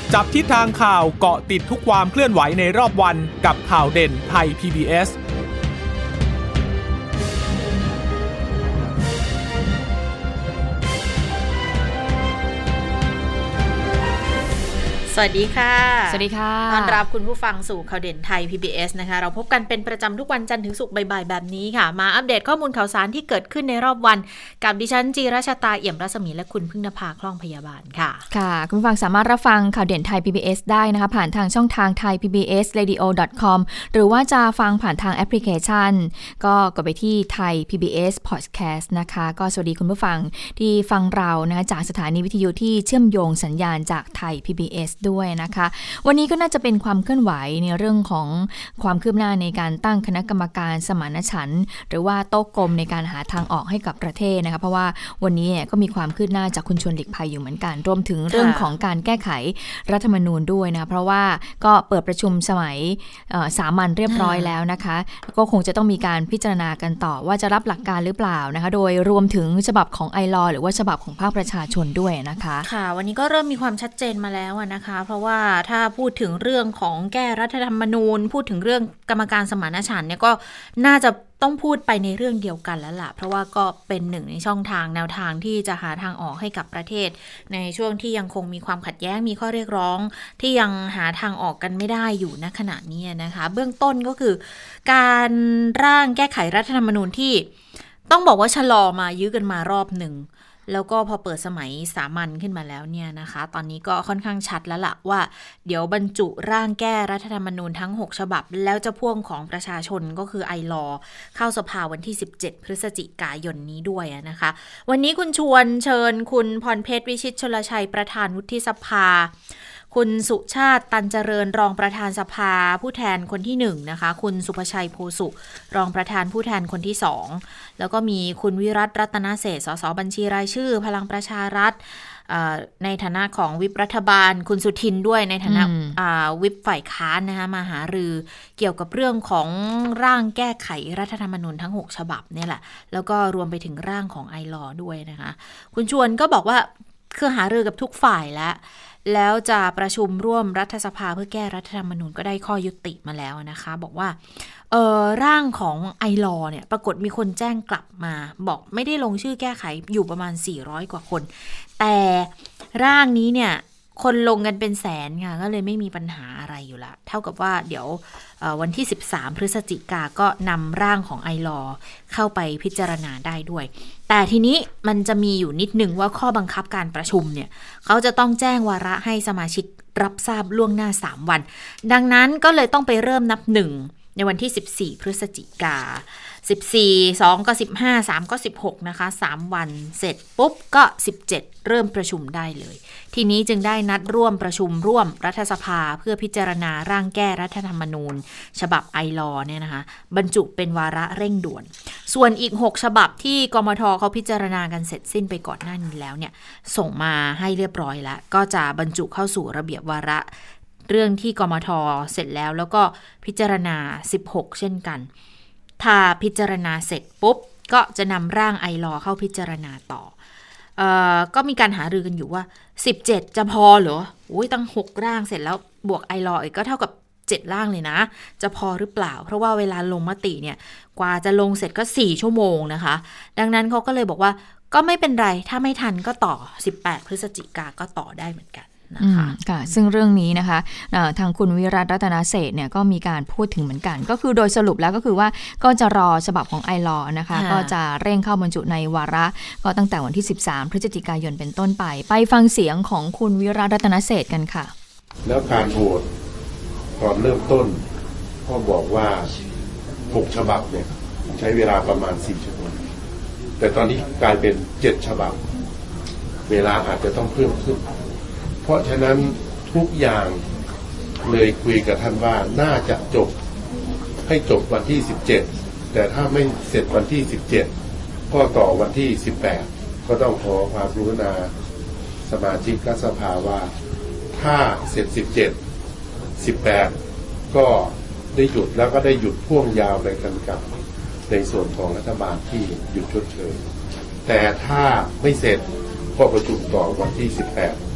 จับทิศทางข่าวเกาะติดทุกความเคลื่อนไหวในรอบวันกับข่าวเด่นไทย PBS สวัสดีค่ะสวัสดีค่ะต้อนรับคุณผู้ฟังสู่ข่าวเด่นไทย PBS นะคะเราพบกันเป็นประจำทุกวันจันทร์ถึงศุกร์บ่ายๆแบบนี้ค่ะมาอัปเดตข้อมูลข่าวสารที่เกิดขึ้นในรอบวันกับดิฉันจีราชตาเอี่ยมรัศมีและคุณพึ่งนภาคล่องพยาบาลค่ะค่ะคุณผู้ฟังสามารถรับฟังข่าวเด่นไทย PBS ได้นะคะผ่านทางช่องทาง thaipbsradio.com หรือว่าจะฟังผ่านทางแอปพลิเคชันก็กดไปที่ Thai PBS Podcast นะคะก็สวัสดีคุณผู้ฟังที่ฟังเรานะคะจากสถานีวิทยุที่เชื่อมโยงสัญญาณจากไทย PBSด้วยนะคะวันนี้ก็น่าจะเป็นความเคลื่อนไหวในเรื่องของความคืบหน้าในการตั้งคณะกรรมการสมานฉันท์หรือว่าโต๊ะกลมในการหาทางออกให้กับประเทศนะคะเพราะว่าวันนี้ก็มีความคืบหน้าจากคุณชวนหลีกภัยอยู่เหมือนกันรวมถึงเรื่องของการแก้ไขรัฐธรรมนูญด้วยนะเพราะว่าก็เปิดประชุมสมัยสามัญเรียบร้อยแล้วนะคะก็คงจะต้องมีการพิจารณากันต่อว่าจะรับหลักการหรือเปล่านะคะโดยรวมถึงฉบับของไอลอว์หรือว่าฉบับของภาคประชาชนด้วยนะคะค่ะวันนี้ก็เริ่มมีความชัดเจนมาแล้วนะคะเพราะว่าถ้าพูดถึงเรื่องของแก้รัฐธรรมนูญพูดถึงเรื่องกรรมการสมานฉันท์เนี่ยก็น่าจะต้องพูดไปในเรื่องเดียวกันแล้วล่ะเพราะว่าก็เป็นหนึ่งในช่องทางแนวทางที่จะหาทางออกให้กับประเทศในช่วงที่ยังคงมีความขัดแย้งมีข้อเรียกร้องที่ยังหาทางออกกันไม่ได้อยู่ณขณะนี้นะคะเบื้องต้นก็คือการร่างแก้ไขรัฐธรรมนูญที่ต้องบอกว่าชะลอมายื้อกันมารอบหนึ่งแล้วก็พอเปิดสมัยสามัญขึ้นมาแล้วเนี่ยนะคะตอนนี้ก็ค่อนข้างชัดแล้วล่ะว่าเดี๋ยวบรรจุร่างแก้รัฐธรรมนูญทั้ง6ฉบับแล้วจะพ่วงของประชาชนก็คือไอลอว์เข้าสภาวันที่17พฤศจิกายนนี้ด้วยนะคะวันนี้คุณชวนเชิญคุณพรเพชรวิชิตชลชัยประธานวุฒิสภาคุณสุชาติตันเจริญรองประธานสภาผู้แทนคนที่1นะคะคุณสุภชัยโพสุรองประธานผู้แทนคนที่2แล้วก็มีคุณวิรัตรัตนเศรษฐ์สสบัญชีรายชื่อพลังประชารัฐในฐานะของวิปรัฐบาลคุณสุทินด้วยในฐานะวิปฝ่ายค้านนะคะมาหารือเกี่ยวกับเรื่องของร่างแก้ไขรัฐธรรมนูญทั้ง6ฉบับเนี่ยแหละแล้วก็รวมไปถึงร่างของไอลอว์ด้วยนะคะคุณชวนก็บอกว่าคือหารือกับทุกฝ่ายแล้วจะประชุมร่วมรัฐสภาเพื่อแก้รัฐธรรมนูญก็ได้ข้อยุติมาแล้วนะคะบอกว่าร่างของไอลอว์เนี่ยปรากฏมีคนแจ้งกลับมาบอกไม่ได้ลงชื่อแก้ไขอยู่ประมาณ400กว่าคนแต่ร่างนี้เนี่ยคนลงกันเป็นแสนค่ะก็เลยไม่มีปัญหาอะไรอยู่ละเท่ากับว่าเดี๋ยววันที่13พฤศจิกายนก็นำร่างของไอลอว์เข้าไปพิจารณาได้ด้วยแต่ทีนี้มันจะมีอยู่นิดนึงว่าข้อบังคับการประชุมเนี่ยเขาจะต้องแจ้งวาระให้สมาชิกรับทราบล่วงหน้า3วันดังนั้นก็เลยต้องไปเริ่มนับ1ในวันที่14พฤศจิกายน14 2ก็15 3ก็16นะคะ3วันเสร็จปุ๊บก็17เริ่มประชุมได้เลยทีนี้จึงได้นัดร่วมประชุมร่วมรัฐสภาเพื่อพิจารณาร่างแก้รัฐธรรมนูญฉบับไอลอว์เนี่ยนะคะบรรจุเป็นวาระเร่งด่วนส่วนอีก6ฉบับที่กมธ.เขาพิจารณากันเสร็จสิ้นไปก่อนหน้านี้แล้วเนี่ยส่งมาให้เรียบร้อยแล้วก็จะบรรจุเข้าสู่ระเบียบวาระเรื่องที่กมธ.เสร็จแล้วก็พิจารณา16เช่นกันถ้าพิจารณาเสร็จปุ๊บก็จะนำร่างไอลอว์เข้าพิจารณาต่อก็มีการหารือกันอยู่ว่า17จะพอเหรออุ้ยตั้ง6ร่างเสร็จแล้วบวกไอลอว์อีกก็เท่ากับ7ร่างเลยนะจะพอหรือเปล่าเพราะว่าเวลาลงมติเนี่ยกว่าจะลงเสร็จก็4ชั่วโมงนะคะดังนั้นเขาก็เลยบอกว่าก็ไม่เป็นไรถ้าไม่ทันก็ต่อ18พฤศจิกายนก็ต่อได้เหมือนกันนะคะค่ะซึ่งเรื่องนี้นะคะทางคุณวิรัตรัตนเศรษฐ์เนี่ยก็มีการพูดถึงเหมือนกันก็คือโดยสรุปแล้วก็คือว่าก็จะรอฉบับของไอลอว์นะคะก็จะเร่งเข้าบรรจุในวาระก็ตั้งแต่วันที่13พฤศจิกายนเป็นต้นไปฟังเสียงของคุณวิรัตรัตนเศรษฐ์กันค่ะแล้วการโหวตตอนเริ่มต้นก็บอกว่า6ฉบับเนี่ยใช้เวลาประมาณ4ชั่วโมงแต่ตอนนี้กลายเป็น7ฉบับเวลาอาจจะต้องเพิ่มขึ้นเพราะฉะนั้นทุกอย่างเลยคุยกับท่านว่าน่าจะจบให้จบวันที่17แต่ถ้าไม่เสร็จวันที่17ก็ต่อวันที่18ก็ต้องขอความกรุณาสมาชิกรัฐสภาว่าถ้าเสร็จ18ก็ได้หยุดแล้วก็ได้หยุดพ่วงยาวไปกันกับในส่วนของรัฐบาลที่หยุดชดเชยแต่ถ้าไม่เสร็จก็ประชุมต่อวันที่18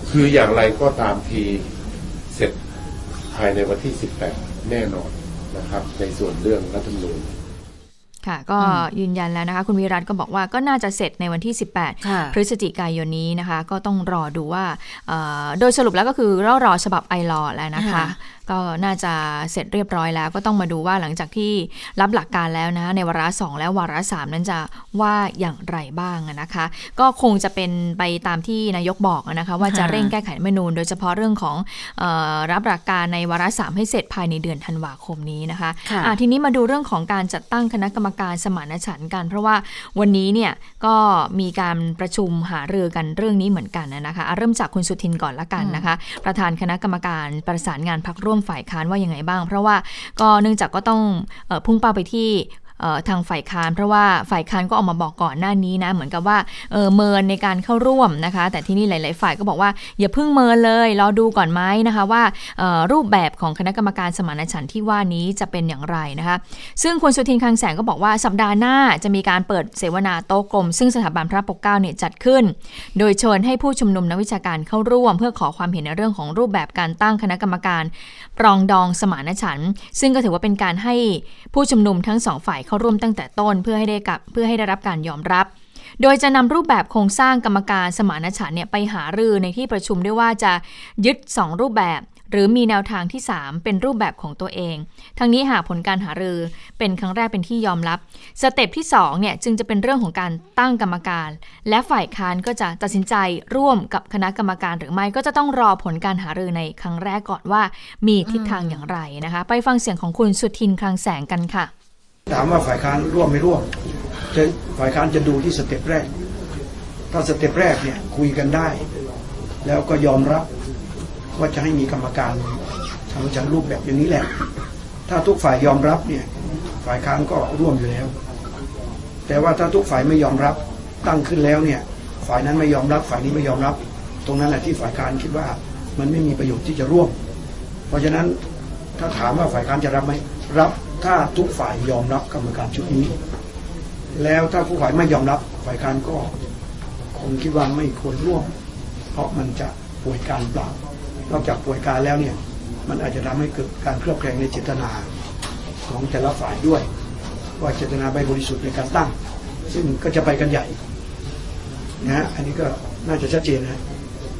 คืออย่างไรก็ตามทีเสร็จภายในวันที่18แน่นอนนะครับในส่วนเรื่องรัฐธรรมนูญค่ะก็ยืนยันแล้วนะคะคุณวิรัตก็บอกว่าก็น่าจะเสร็จในวันที่18พฤศจิกายนนี้นะคะก็ต้องรอดูว่าโดยสรุปแล้วก็คือรอฉบับไอลอแล้วนะคะก็น่าจะเสร็จเรียบร้อยแล้วก็ต้องมาดูว่าหลังจากที่รับหลักการแล้วนะในวาระ2แล้ววาระ3นั้นจะว่าอย่างไรบ้างนะคะก็คงจะเป็นไปตามที่นายกบอกนะคะว่าจะเร่งแก้ไขรัฐธรรมนูญโดยเฉพาะเรื่องของรับหลักการในวาระ3ให้เสร็จภายในเดือนธันวาคมนี้นะคะทีนี้มาดูเรื่องของการจัดตั้งคณะกรรมการสมานฉันท์กันเพราะว่าวันนี้เนี่ยก็มีการประชุมหารือกันเรื่องนี้เหมือนกันนะคะเริ่มจากคุณสุทินก่อนละกันนะคะประธานคณะกรรมการประสานงานพรรคร่วมฝ่ายค้านว่ายังไงบ้างเพราะว่าก็เนื่องจากก็ต้องพุ่งเป้าไปที่ทางฝ่ายค้านเพราะว่าฝ่ายค้านก็ออกมาบอกก่อนหน้านี้นะเหมือนกับว่าเมินในการเข้าร่วมนะคะแต่ที่นี่หลายๆฝ่ายก็บอกว่าอย่าเพิ่งเมินเลยรอดูก่อนไหมนะคะว่ารูปแบบของคณะกรรมการสมานฉันท์ที่ว่านี้จะเป็นอย่างไรนะคะซึ่งคุณสุทินคลังแสงก็บอกว่าสัปดาห์หน้าจะมีการเปิดเสวนาโต๊ะกลมซึ่งสถาบันพระปกเกล้าเนี่ยจัดขึ้นโดยเชิญให้ผู้ชุมนุมนักวิชาการเข้าร่วมเพื่อขอความเห็นในเรื่องของรูปแบบการตั้งคณะกรรมการปรองดองสมานฉันท์ซึ่งก็ถือว่าเป็นการให้ผู้ชุมนุมทั้ง2ฝ่ายเข้าร่วมตั้งแต่ต้นเพื่อให้ได้รับการยอมรับโดยจะนำรูปแบบโครงสร้างกรรมการสมานฉันท์เนี่ยไปหารือในที่ประชุมด้วยว่าจะยึด2รูปแบบหรือมีแนวทางที่3เป็นรูปแบบของตัวเองทั้งนี้หากผลการหารือเป็นครั้งแรกเป็นที่ยอมรับสเต็ปที่2เนี่ยจึงจะเป็นเรื่องของการตั้งกรรมการและฝ่ายค้านก็จะตัดสินใจร่วมกับคณะกรรมการหรือไม่ก็จะต้องรอผลการหารือในครั้งแรกก่อนว่ามีทิศทางอย่างไรนะคะไปฟังเสียงของคุณสุทินคลังแสงกันค่ะถามว่าฝ่ายค้านร่วมไม่ร่วมฝ่ายค้านจะดูที่สเต็ปแรกถ้าสเต็ปแรกเนี่ยคุยกันได้แล้วก็ยอมรับว่าจะให้มีกรรมการทำจัดรูปแบบอย่างนี้แหละถ้าทุกฝ่ายยอมรับเนี่ยฝ่ายค้านก็ร่วมอยู่แล้วแต่ว่าถ้าทุกฝ่ายไม่ยอมรับตั้งขึ้นแล้วเนี่ยฝ่ายนั้นไม่ยอมรับฝ่ายนี้ไม่ยอมรับตรงนั้นแหละที่ฝ่ายค้านคิดว่ามันไม่มีประโยชน์ที่จะร่วมเพราะฉะนั้นถ้าถามว่าฝ่ายค้านจะรับไหมรับถ้าทุกฝ่ายยอมรับกรรมการชุดนี้แล้วถ้าผู้ฝ่ายไม่ยอมรับฝ่ายค้านก็คงคิดว่าไม่ควรร่วมเพราะมันจะป่วยการเปล่านอกจากป่วยการแล้วเนี่ยมันอาจจะทำให้เกิดการเคลือบแคลงในเจตนาของแต่ละฝ่ายด้วยว่าเจตนาไม่บริสุทธิ์ในการตั้งซึ่งก็จะไปกันใหญ่นะฮะอันนี้ก็น่าจะชัดเจนนะ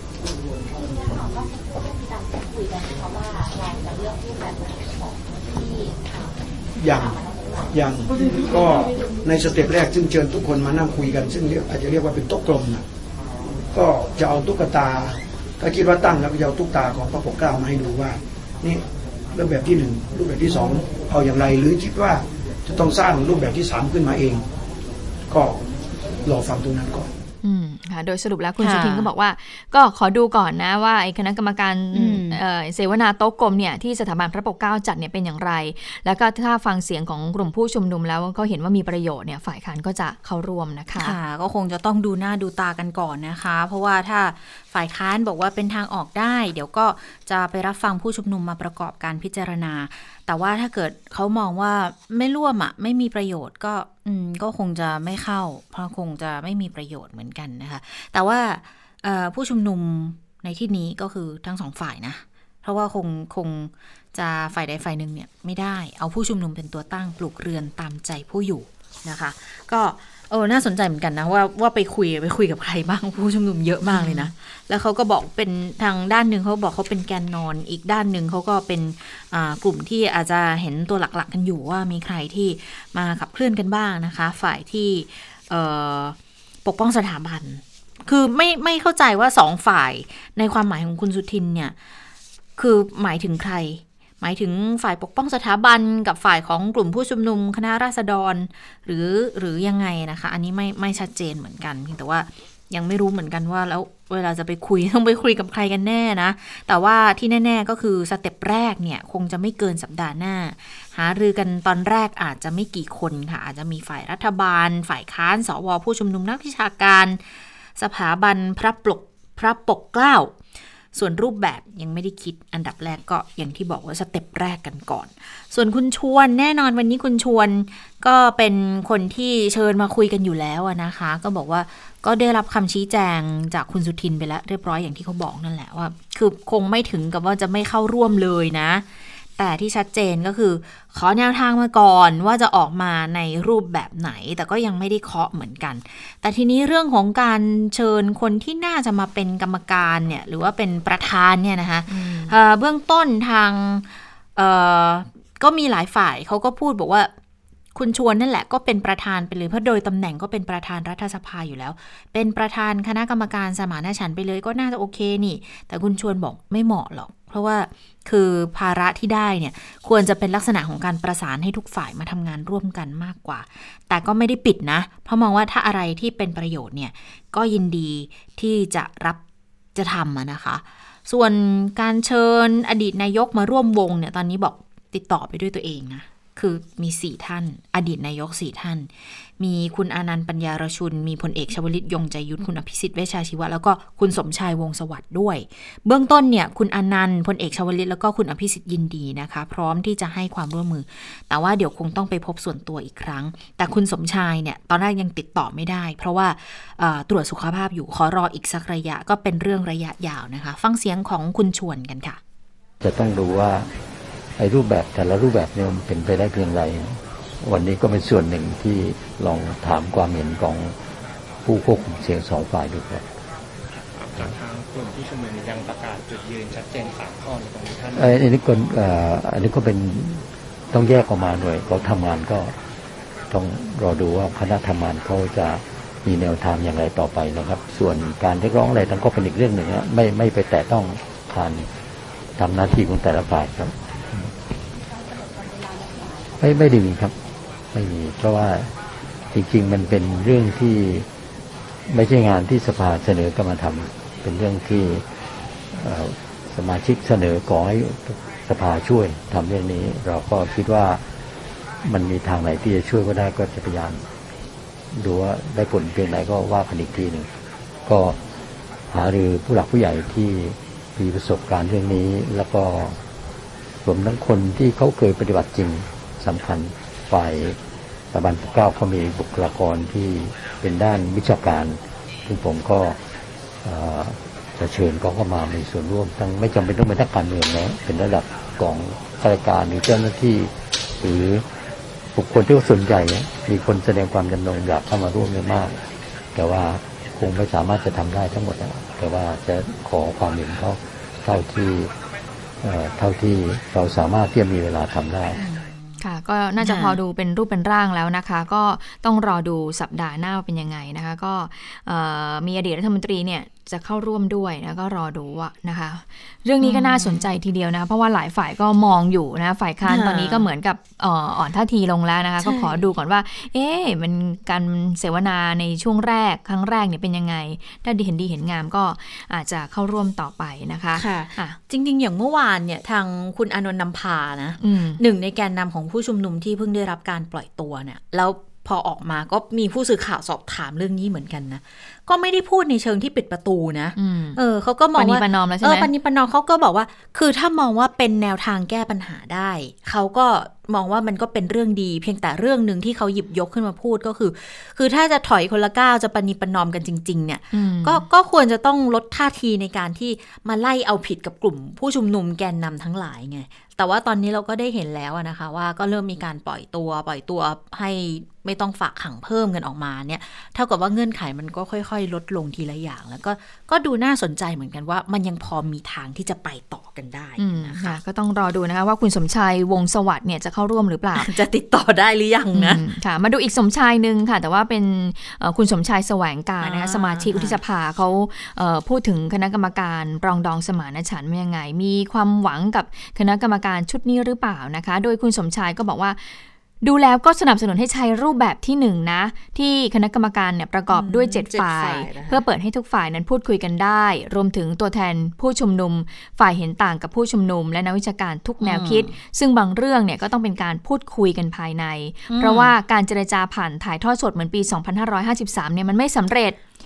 อย่างก็ในสเต็ปแรกซึ่งเชิญทุกคนมานั่งคุยกันซึ่งอาจจะเรียกว่าเป็นโต๊ะกลมนะก็จะเอาตุ๊กตาถ้าคิดว่าตั้งแล้วก็จะเอาตุ๊กตาของพระปกเกล้ามาให้ดูว่านี่รูปแบบที่1รูปแบบที่2เอาอย่างไรหรือคิดว่าจะต้องสร้างรูปแบบที่3ขึ้นมาเองก็รอฟังตรงนั้นก่อนค่ะโดยสรุปแล้วคุณสุทินก็บอกว่าก็ขอดูก่อนนะว่าไอ้คณะกรรมการเสวนาโต๊ะกลมเนี่ยที่สถาบันพระปกเกล้าจัดเนี่ยเป็นอย่างไรแล้วก็ถ้าฟังเสียงของกลุ่มผู้ชุมนุมแล้วก็เห็นว่ามีประโยชน์เนี่ยฝ่ายค้านก็จะเข้าร่วมนะคะค่ะก็คงจะต้องดูหน้าดูตากันก่อนนะคะเพราะว่าถ้าฝ่ายค้านบอกว่าเป็นทางออกได้เดี๋ยวก็จะไปรับฟังผู้ชุมนุมมาประกอบการพิจารณาแต่ว่าถ้าเกิดเขามองว่าไม่ร่วมไม่มีประโยชน์ก็คงจะไม่เข้าเพราะคงจะไม่มีประโยชน์เหมือนกันนะคะแต่ว่าผู้ชุมนุมในที่นี้ก็คือทั้งสองฝ่ายนะเพราะว่าคงจะฝ่ายใดฝ่ายหนึ่งเนี่ยไม่ได้เอาผู้ชุมนุมเป็นตัวตั้งปลุกเรือนตามใจผู้อยู่นะคะก็น่าสนใจเหมือนกันนะว่าไปคุยกับใครบ้างผู้ชุมนุมเยอะมากเลยนะแล้วเขาก็บอกเป็นทางด้านหนึ่งเขาบอกเขาเป็นแกนนอนอีกด้านหนึ่งเขาก็เป็นกลุ่มที่อาจจะเห็นตัวหลักๆกันอยู่ว่ามีใครที่มาขับเคลื่อนกันบ้างนะคะฝ่ายที่ปกป้องสถาบันคือไม่เข้าใจว่าสองฝ่ายในความหมายของคุณสุทินเนี่ยคือหมายถึงใครหมายถึงฝ่ายปกป้องสถาบันกับฝ่ายของกลุ่มผู้ชุมนุมคณะราษฎรหรือยังไงนะคะอันนี้ไม่ชัดเจนเหมือนกันเพียงแต่ว่ายังไม่รู้เหมือนกันว่าแล้วเวลาจะไปคุยต้องไปคุยกับใครกันแน่นะแต่ว่าที่แน่ๆก็คือสเต็ปแรกเนี่ยคงจะไม่เกินสัปดาห์หน้าหารือกันตอนแรกอาจจะไม่กี่คนค่ะอาจจะมีฝ่ายรัฐบาลฝ่ายค้านสวผู้ชุมนุมนักวิชาการสถาบันพระปกเกล้าส่วนรูปแบบยังไม่ได้คิดอันดับแรกก็อย่างที่บอกว่าสเต็ปแรกกันก่อนส่วนคุณชวนแน่นอนวันนี้คุณชวนก็เป็นคนที่เชิญมาคุยกันอยู่แล้วนะคะก็บอกว่าก็ได้รับคำชี้แจงจากคุณสุทินไปแล้วเรียบร้อยอย่างที่เขาบอกนั่นแหละว่าคือคงไม่ถึงกับว่าจะไม่เข้าร่วมเลยนะแต่ที่ชัดเจนก็คือขอแนวทางมาก่อนว่าจะออกมาในรูปแบบไหนแต่ก็ยังไม่ได้เคาะเหมือนกันแต่ทีนี้เรื่องของการเชิญคนที่น่าจะมาเป็นกรรมการเนี่ยหรือว่าเป็นประธานเนี่ยนะคะเบื้องต้นทางก็มีหลายฝ่ายเขาก็พูดบอกว่าคุณชวนนั่นแหละก็เป็นประธานไปเลยเพราะโดยตำแหน่งก็เป็นประธานรัฐสภาอยู่แล้วเป็นประธานคณะกรรมการสมานฉันท์ไปเลยก็น่าจะโอเคนี่แต่คุณชวนบอกไม่เหมาะหรอกเพราะว่าคือภาระที่ได้เนี่ยควรจะเป็นลักษณะของการประสานให้ทุกฝ่ายมาทำงานร่วมกันมากกว่าแต่ก็ไม่ได้ปิดนะเพราะมองว่าถ้าอะไรที่เป็นประโยชน์เนี่ยก็ยินดีที่จะทำนะคะส่วนการเชิญอดีตนายกมาร่วมวงเนี่ยตอนนี้บอกติดต่อไปด้วยตัวเองนะคือมี4ท่านอดีตนายก4ท่านมีคุณอานันต์ปัญญารชุนมีพลเอกชวลิตยงใจยุทธคุณอภิสิทธิ์เวชชาชีวะแล้วก็คุณสมชายวงศ์สวัสดิ์ด้วยเบื้องต้นเนี่ยคุณอานันต์พลเอกชวลิตแล้วก็คุณอภิสิทธิ์ยินดีนะคะพร้อมที่จะให้ความร่วมมือแต่ว่าเดี๋ยวคงต้องไปพบส่วนตัวอีกครั้งแต่คุณสมชายเนี่ยตอนแรกยังติดต่อไม่ได้เพราะว่าตรวจสุขภาพอยู่ขอรออีกสักระยะก็เป็นเรื่องระยะยาวนะคะฟังเสียงของคุณชวนกันค่ะจะต้องดูว่าไอ้รูปแบบแต่ละรูปแบบเนี่ยมันเป็นไปได้เพียงไรวันนี้ก็เป็นส่วนหนึ่งที่ลองถามความเห็นของผู้ควบคุมเสียง2ฝ่ายดูครับทางกลุ่มผู้ชุมนุมยังประกาศจุดยืนชัดเจน3ข้อในตรงนี้ท่านอันนี้ก็เป็นต้องแยกออกมาหน่วยเขาทำงานก็ต้องรอดูว่าคณะทำงานเขาจะมีแนวทางอย่างไรต่อไปนะครับส่วนการเรียกร้องอะไรนั้นก็เป็นอีกเรื่องหนึ่งนะไม่ไปแตะต้องการทำหน้าที่ของแต่ละฝ่ายครับไม่ได้มีครับไม่มีเพราะว่าจริงๆมันเป็นเรื่องที่ไม่ใช่งานที่สภาเสนอก็มาทำเป็นเรื่องที่สมาชิกเสนอขอให้สภาช่วยทำเรื่องนี้เราก็คิดว่ามันมีทางไหนที่จะช่วยก็ได้ก็จะพยายามดูว่าได้ผลเพียงไหนก็ว่ากันอีกทีหนึ่งก็หารือผู้หลักผู้ใหญ่ที่มีประสบการณ์เรื่องนี้แล้วก็รวมทั้งคนที่เขาเคยปฏิบัติจริงสำคัญฝ่ายสถาบันปกเกล้าเขามีบุคลากรที่เป็นด้านวิชาการซึ่งผมก็จะเชิญเขาเข้ามามีส่วนร่วมทั้งไม่จำเป็นต้องเป็นนักการเมืองนะเป็นระดับของข้าราชการหรือเจ้าหน้าที่หรือบุคคลที่สนใจมีคนแสดงความจำนงอยากเข้ามาร่วมเยอะมากแต่ว่าคงไม่สามารถจะทำได้ทั้งหมดนะแต่ว่าจะขอความเห็นเขาเท่าที่เราสามารถที่จะมีเวลาทำได้ค่ะก็น่าจะพอดูเป็นรูปเป็นร่างแล้วนะคะก็ต้องรอดูสัปดาห์หน้าเป็นยังไงนะคะก็มีอดีตรัฐมนตรีเนี่ยจะเข้าร่วมด้วยนะก็รอดูว่านะคะเรื่องนี้ก็น่าสนใจทีเดียวนะเพราะว่าหลายฝ่ายก็มองอยู่นะฝ่ายค้านตอนนี้ก็เหมือนกับอ่อนท่าทีลงแล้วนะคะก็ขอดูก่อนว่ามันการเสวนาในช่วงแรกครั้งแรกเนี่ยเป็นยังไงถ้าเห็นดีเห็นงามก็อาจจะเข้าร่วมต่อไปนะคะค่ะจริงๆอย่างเมื่อวานเนี่ยทางคุณอานนท์นำพานะหนึ่งในแกนนำของผู้ชุมนุมที่เพิ่งได้รับการปล่อยตัวเนี่ยแล้วพอออกมาก็มีผู้สื่อข่าวสอบถามเรื่องนี้เหมือนกันนะก็ไม่ได้พูดในเชิงที่ปิดประตูนะเขาก็มองว่าปณิประนอมแล้วใช่ไหมปณิประนอมเขาก็บอกว่าคือถ้ามองว่าเป็นแนวทางแก้ปัญหาได้เขาก็มองว่ามันก็เป็นเรื่องดีเพียงแต่เรื่องนึงที่เขาหยิบยกขึ้นมาพูดก็คือถ้าจะถอยคนละก้าวจะปณิประนอมกันจริงๆเนี่ยก็ควรจะต้องลดท่าทีในการที่มาไล่เอาผิดกับกลุ่มผู้ชุมนุมแกนนำทั้งหลายไงแต่ว่าตอนนี้เราก็ได้เห็นแล้วนะคะว่าก็เริ่มมีการปล่อยตัวให้ไม่ต้องฝากขังเพิ่มกันออกมาเนี่ยเท่ากับว่าเงื่อนไขมันก็ค่อยๆลดลงทีละอย่างแล้วก็ดูน่าสนใจเหมือนกันว่ามันยังพอมีทางที่จะไปต่อกันได้นะคะก็ต้องรอดูนะคะว่าคุณสมชายวงศ์สวัสดิ์เนี่ยจะเข้าร่วมหรือเปล่าจะติดต่อได้หรือยังนะค่ะมาดูอีกสมชายนึงค่ะแต่ว่าเป็นคุณสมชายแสวงการนะคะสมาชิกวุฒิสภาเขาพูดถึงคณะกรรมการปรองดองสมานฉันท์ว่ายังไงมีความหวังกับคณะกรรมการชุดนี้หรือเปล่านะคะโดยคุณสมชายก็บอกว่าดูแล้วก็สนับสนุนให้ใช้รูปแบบที่1นะที่คณะกรรมการเนี่ยประกอบด้วย7ฝ่ายเพื่อเปิดให้ทุกฝ่ายนั้นพูดคุยกันได้รวมถึงตัวแทนผู้ชุมนุมฝ่ายเห็นต่างกับผู้ชุมนุมและนักวิชาการทุกแนวคิดซึ่งบางเรื่องเนี่ยก็ต้องเป็นการพูดคุยกันภายในเพราะว่าการเจรจาผ่านถ่ายทอดสดเหมือนปี2553เนี่ยมันไม่สำเร็จ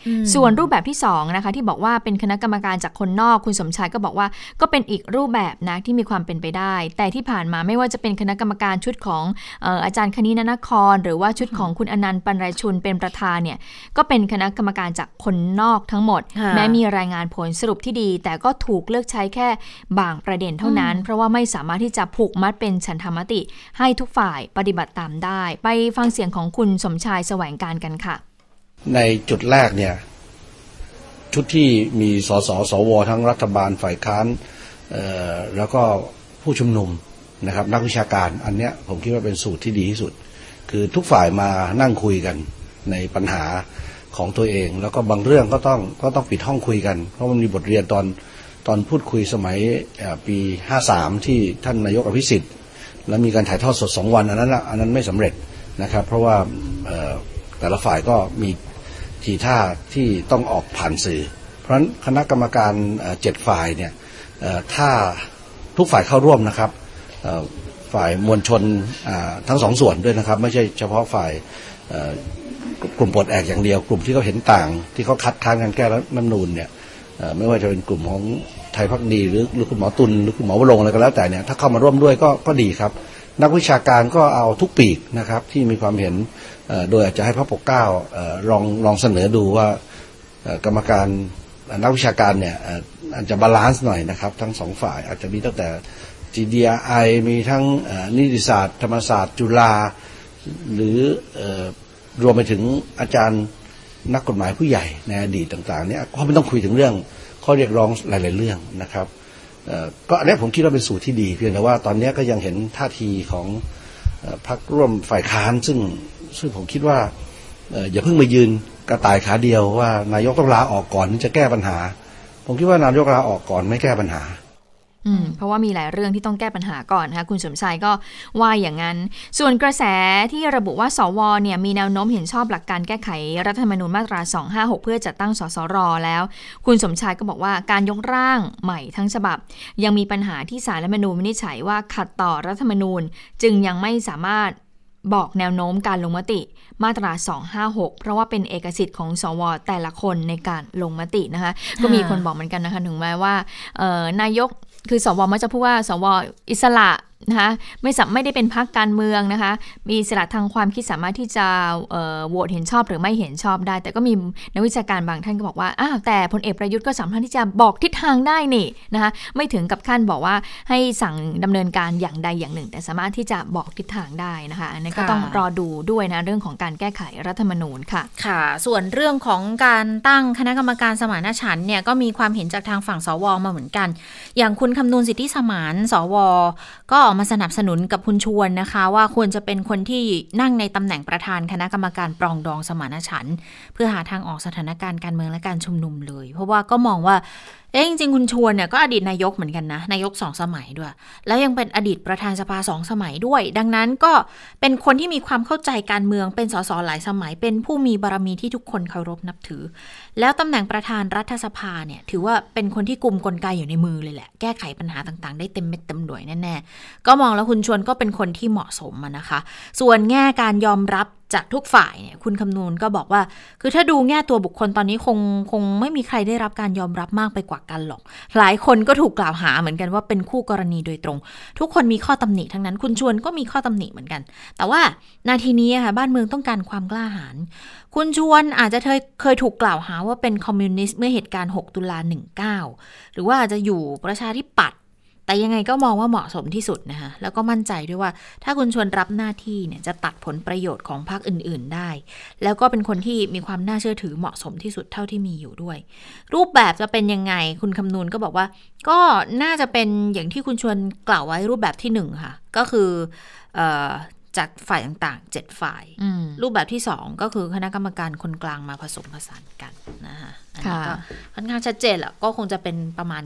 ส่วนรูปแบบที่2นะคะที่บอกว่าเป็นคณะกรรมการจากคนนอกคุณสมชายก็บอกว่าก็เป็นอีกรูปแบบนะที่มีความเป็นไปได้แต่ที่ผ่านมาไม่ว่าจะเป็นคณะกรรมการชุดของอาจารย์คณินนครหรือว่าชุดของคุณอนันต์ปันไรชุนเป็นประธานเนี่ยก็เป็นคณะกรรมการจากคนนอกทั้งหมดแม้มีรายงานผลสรุปที่ดีแต่ก็ถูกเลือกใช้แค่บางประเด็นเท่านั้นเพราะว่าไม่สามารถที่จะผูกมัดเป็นฉันทามติให้ทุกฝ่ายปฏิบัติตามได้ไปฟังเสียงของคุณสมชายแสวงการกันค่ะในจุดแรกเนี่ยชุดที่มีสสสวทั้งรัฐบาลฝ่ายค้านแล้วก็ผู้ชุมนุมนะครับนักวิชาการอันเนี้ยผมคิดว่าเป็นสูตรที่ดีที่สุดคือทุกฝ่ายมานั่งคุยกันในปัญหาของตัวเองแล้วก็บางเรื่องก็ต้องปิดห้องคุยกันเพราะมันมีบทเรียนตอนพูดคุยสมัยปี53ที่ท่านนายกอภิสิทธิ์แล้วมีการถ่ายทอดสด2วันอันนั้นไม่สำเร็จนะครับเพราะว่าแต่ละฝ่ายก็มีทีท่าที่ต้องออกผ่านสื่อเพราะฉะนั้นคณะกรรมการ7ฝ่ายเนี่ยถ้าทุกฝ่ายเข้าร่วมนะครับฝ่ายมวลชนทั้ง2ส่วนด้วยนะครับไม่ใช่เฉพาะฝ่ายกลุ่มปลดแอกอย่างเดียวกลุ่มที่เขาเห็นต่างที่เขาคัดค้านการแก้รัฐธรรมนูญเนี่ยไม่ว่าจะเป็นกลุ่มของไทยพรรคดีหรือคุณหมอตุลหรือคุณหมอวรงค์อะไรก็แล้วแต่เนี่ยถ้าเข้ามาร่วมด้วยก็ดีครับนักวิชาการก็เอาทุกปีกนะครับที่มีความเห็นโดยอาจจะให้พรรคปกเกล้าลองเสนอดูว่ากรรมการนักวิชาการเนี่ยอาจจะบาลานซ์หน่อยนะครับทั้งสองฝ่ายอาจจะมีตั้งแต่ GDI มีทั้งนิติศาสตร์ธรรมศาสตร์จุฬาหรือรวมไปถึงอาจารย์นักกฎหมายผู้ใหญ่ในอดีตต่างๆเนี่ยเขาไม่ต้องคุยถึงเรื่องข้อเรียกร้องหลายๆเรื่องนะครับก็อันนี้ผมคิดว่าเป็นสูตรที่ดีเพียงแต่ว่าตอนนี้ก็ยังเห็นท่าทีของพรรคร่วมฝ่ายค้านซึ่งผมคิดว่าอย่าเพิ่งมายืนกระต่ายขาเดียวว่านายกต้องลาออกก่อนถึงจะแก้ปัญหาผมคิดว่านายกลาออกก่อนไม่แก้ปัญหาเพราะว่ามีหลายเรื่องที่ต้องแก้ปัญหาก่อนนะคะคุณสมชายก็ว่าอย่างนั้นส่วนกระแสที่ระบุว่าสวเนี่ยมีแนวโน้มเห็นชอบหลักการแก้ไขรัฐธรรมนูญมาตรา256เพื่อจัดตั้งสสรแล้วคุณสมชายก็บอกว่าการยกร่างใหม่ทั้งฉบับยังมีปัญหาที่ศาลรัฐธรรมนูญวินิจฉัยว่าขัดต่อรัฐธรรมนูญจึงยังไม่สามารถบอกแนวโน้มการลงมติมาตรา256เพราะว่าเป็นเอกสิทธิ์ของสวแต่ละคนในการลงมตินะคะก็มีคนบอกเหมือนกันนะคะถึงแม้ว่านายกคือสวมักจะพูดว่าสวอิสระนะคะไม่ได้เป็นพรรคการเมืองนะคะมีอิสระทางความคิดสามารถที่จะโหวตเห็นชอบหรือไม่เห็นชอบได้แต่ก็มีนักวิชาการบางท่านก็บอกว่าแต่พลเอกประยุทธ์ก็สามารถที่จะบอกทิศทางได้นี่นะคะไม่ถึงกับขั้นบอกว่าให้สั่งดำเนินการอย่างใดอย่างหนึ่งแต่สามารถที่จะบอกทิศทางได้นะคะอันนี้ก็ต้องรอดูด้วยนะเรื่องของการแก้ไขรัฐธรรมนูญค่ะค่ะส่วนเรื่องของการตั้งคณะกรรมการสมานฉันท์เนี่ยก็มีความเห็นจากทางฝั่งสวมาเหมือนกันอย่างคุณคำนูนสิทธิสมานสวก็ออกมาสนับสนุนกับคุณชวนนะคะว่าควรจะเป็นคนที่นั่งในตำแหน่งประธานคณะกรรมการปรองดองสมานฉันท์เพื่อหาทางออกสถานการณ์การเมืองและการชุมนุมเลยเพราะว่าก็มองว่าจริงๆคุณชวนเนี่ยก็อดีตนายกเหมือนกันนะนายก2สมัยด้วยแล้วยังเป็นอดีตประธานสภา2สมัยด้วยดังนั้นก็เป็นคนที่มีความเข้าใจการเมืองเป็นสสหลายสมัยเป็นผู้มีบารมีที่ทุกคนเคารพนับถือแล้วตำแหน่งประธานรัฐสภาเนี่ยถือว่าเป็นคนที่กุมกลไกอยู่ในมือเลยแหละแก้ไขปัญหาต่างๆได้เต็มเม็ดเต็มหน่วยแน่ๆก็มองแล้วคุณชวนก็เป็นคนที่เหมาะสมนะคะส่วนแง่การยอมรับจากทุกฝ่ายเนี่ยคุณคำนูนก็บอกว่าคือถ้าดูแง่ตัวบุคคลตอนนี้คงไม่มีใครได้รับการยอมรับมากไปกว่ากันหรอกหลายคนก็ถูกกล่าวหาเหมือนกันว่าเป็นคู่กรณีโดยตรงทุกคนมีข้อตำหนิทั้งนั้นคุณชวนก็มีข้อตำหนิเหมือนกันแต่ว่านาทีนี้ค่ะบ้านเมืองต้องการความกล้าหาญคุณชวนอาจจะเคยถูกกล่าวหาว่าเป็นคอมมิวนิสต์เมื่อเหตุการณ์6ตุลา19หรือว่าอาจจะอยู่ประชาธิปัตย์แต่ยังไงก็มองว่าเหมาะสมที่สุดนะคะแล้วก็มั่นใจด้วยว่าถ้าคุณชวนรับหน้าที่เนี่ยจะตัดผลประโยชน์ของพรรคอื่นๆได้แล้วก็เป็นคนที่มีความน่าเชื่อถือเหมาะสมที่สุดเท่าที่มีอยู่ด้วยรูปแบบจะเป็นยังไงคุณคำนูนก็บอกว่าก็น่าจะเป็นอย่างที่คุณชวนกล่าวไว้รูปแบบที่1ค่ะก็คือจากฝ่ายต่างๆ7ฝ่ายรูปแบบที่2ก็คือคณะกรรมการคนกลางมาผสมผสานกันนะคะอันนี้ก็ค่อนข้างชัดเจนแหละก็คงจะเป็นประมาณนี้แหละ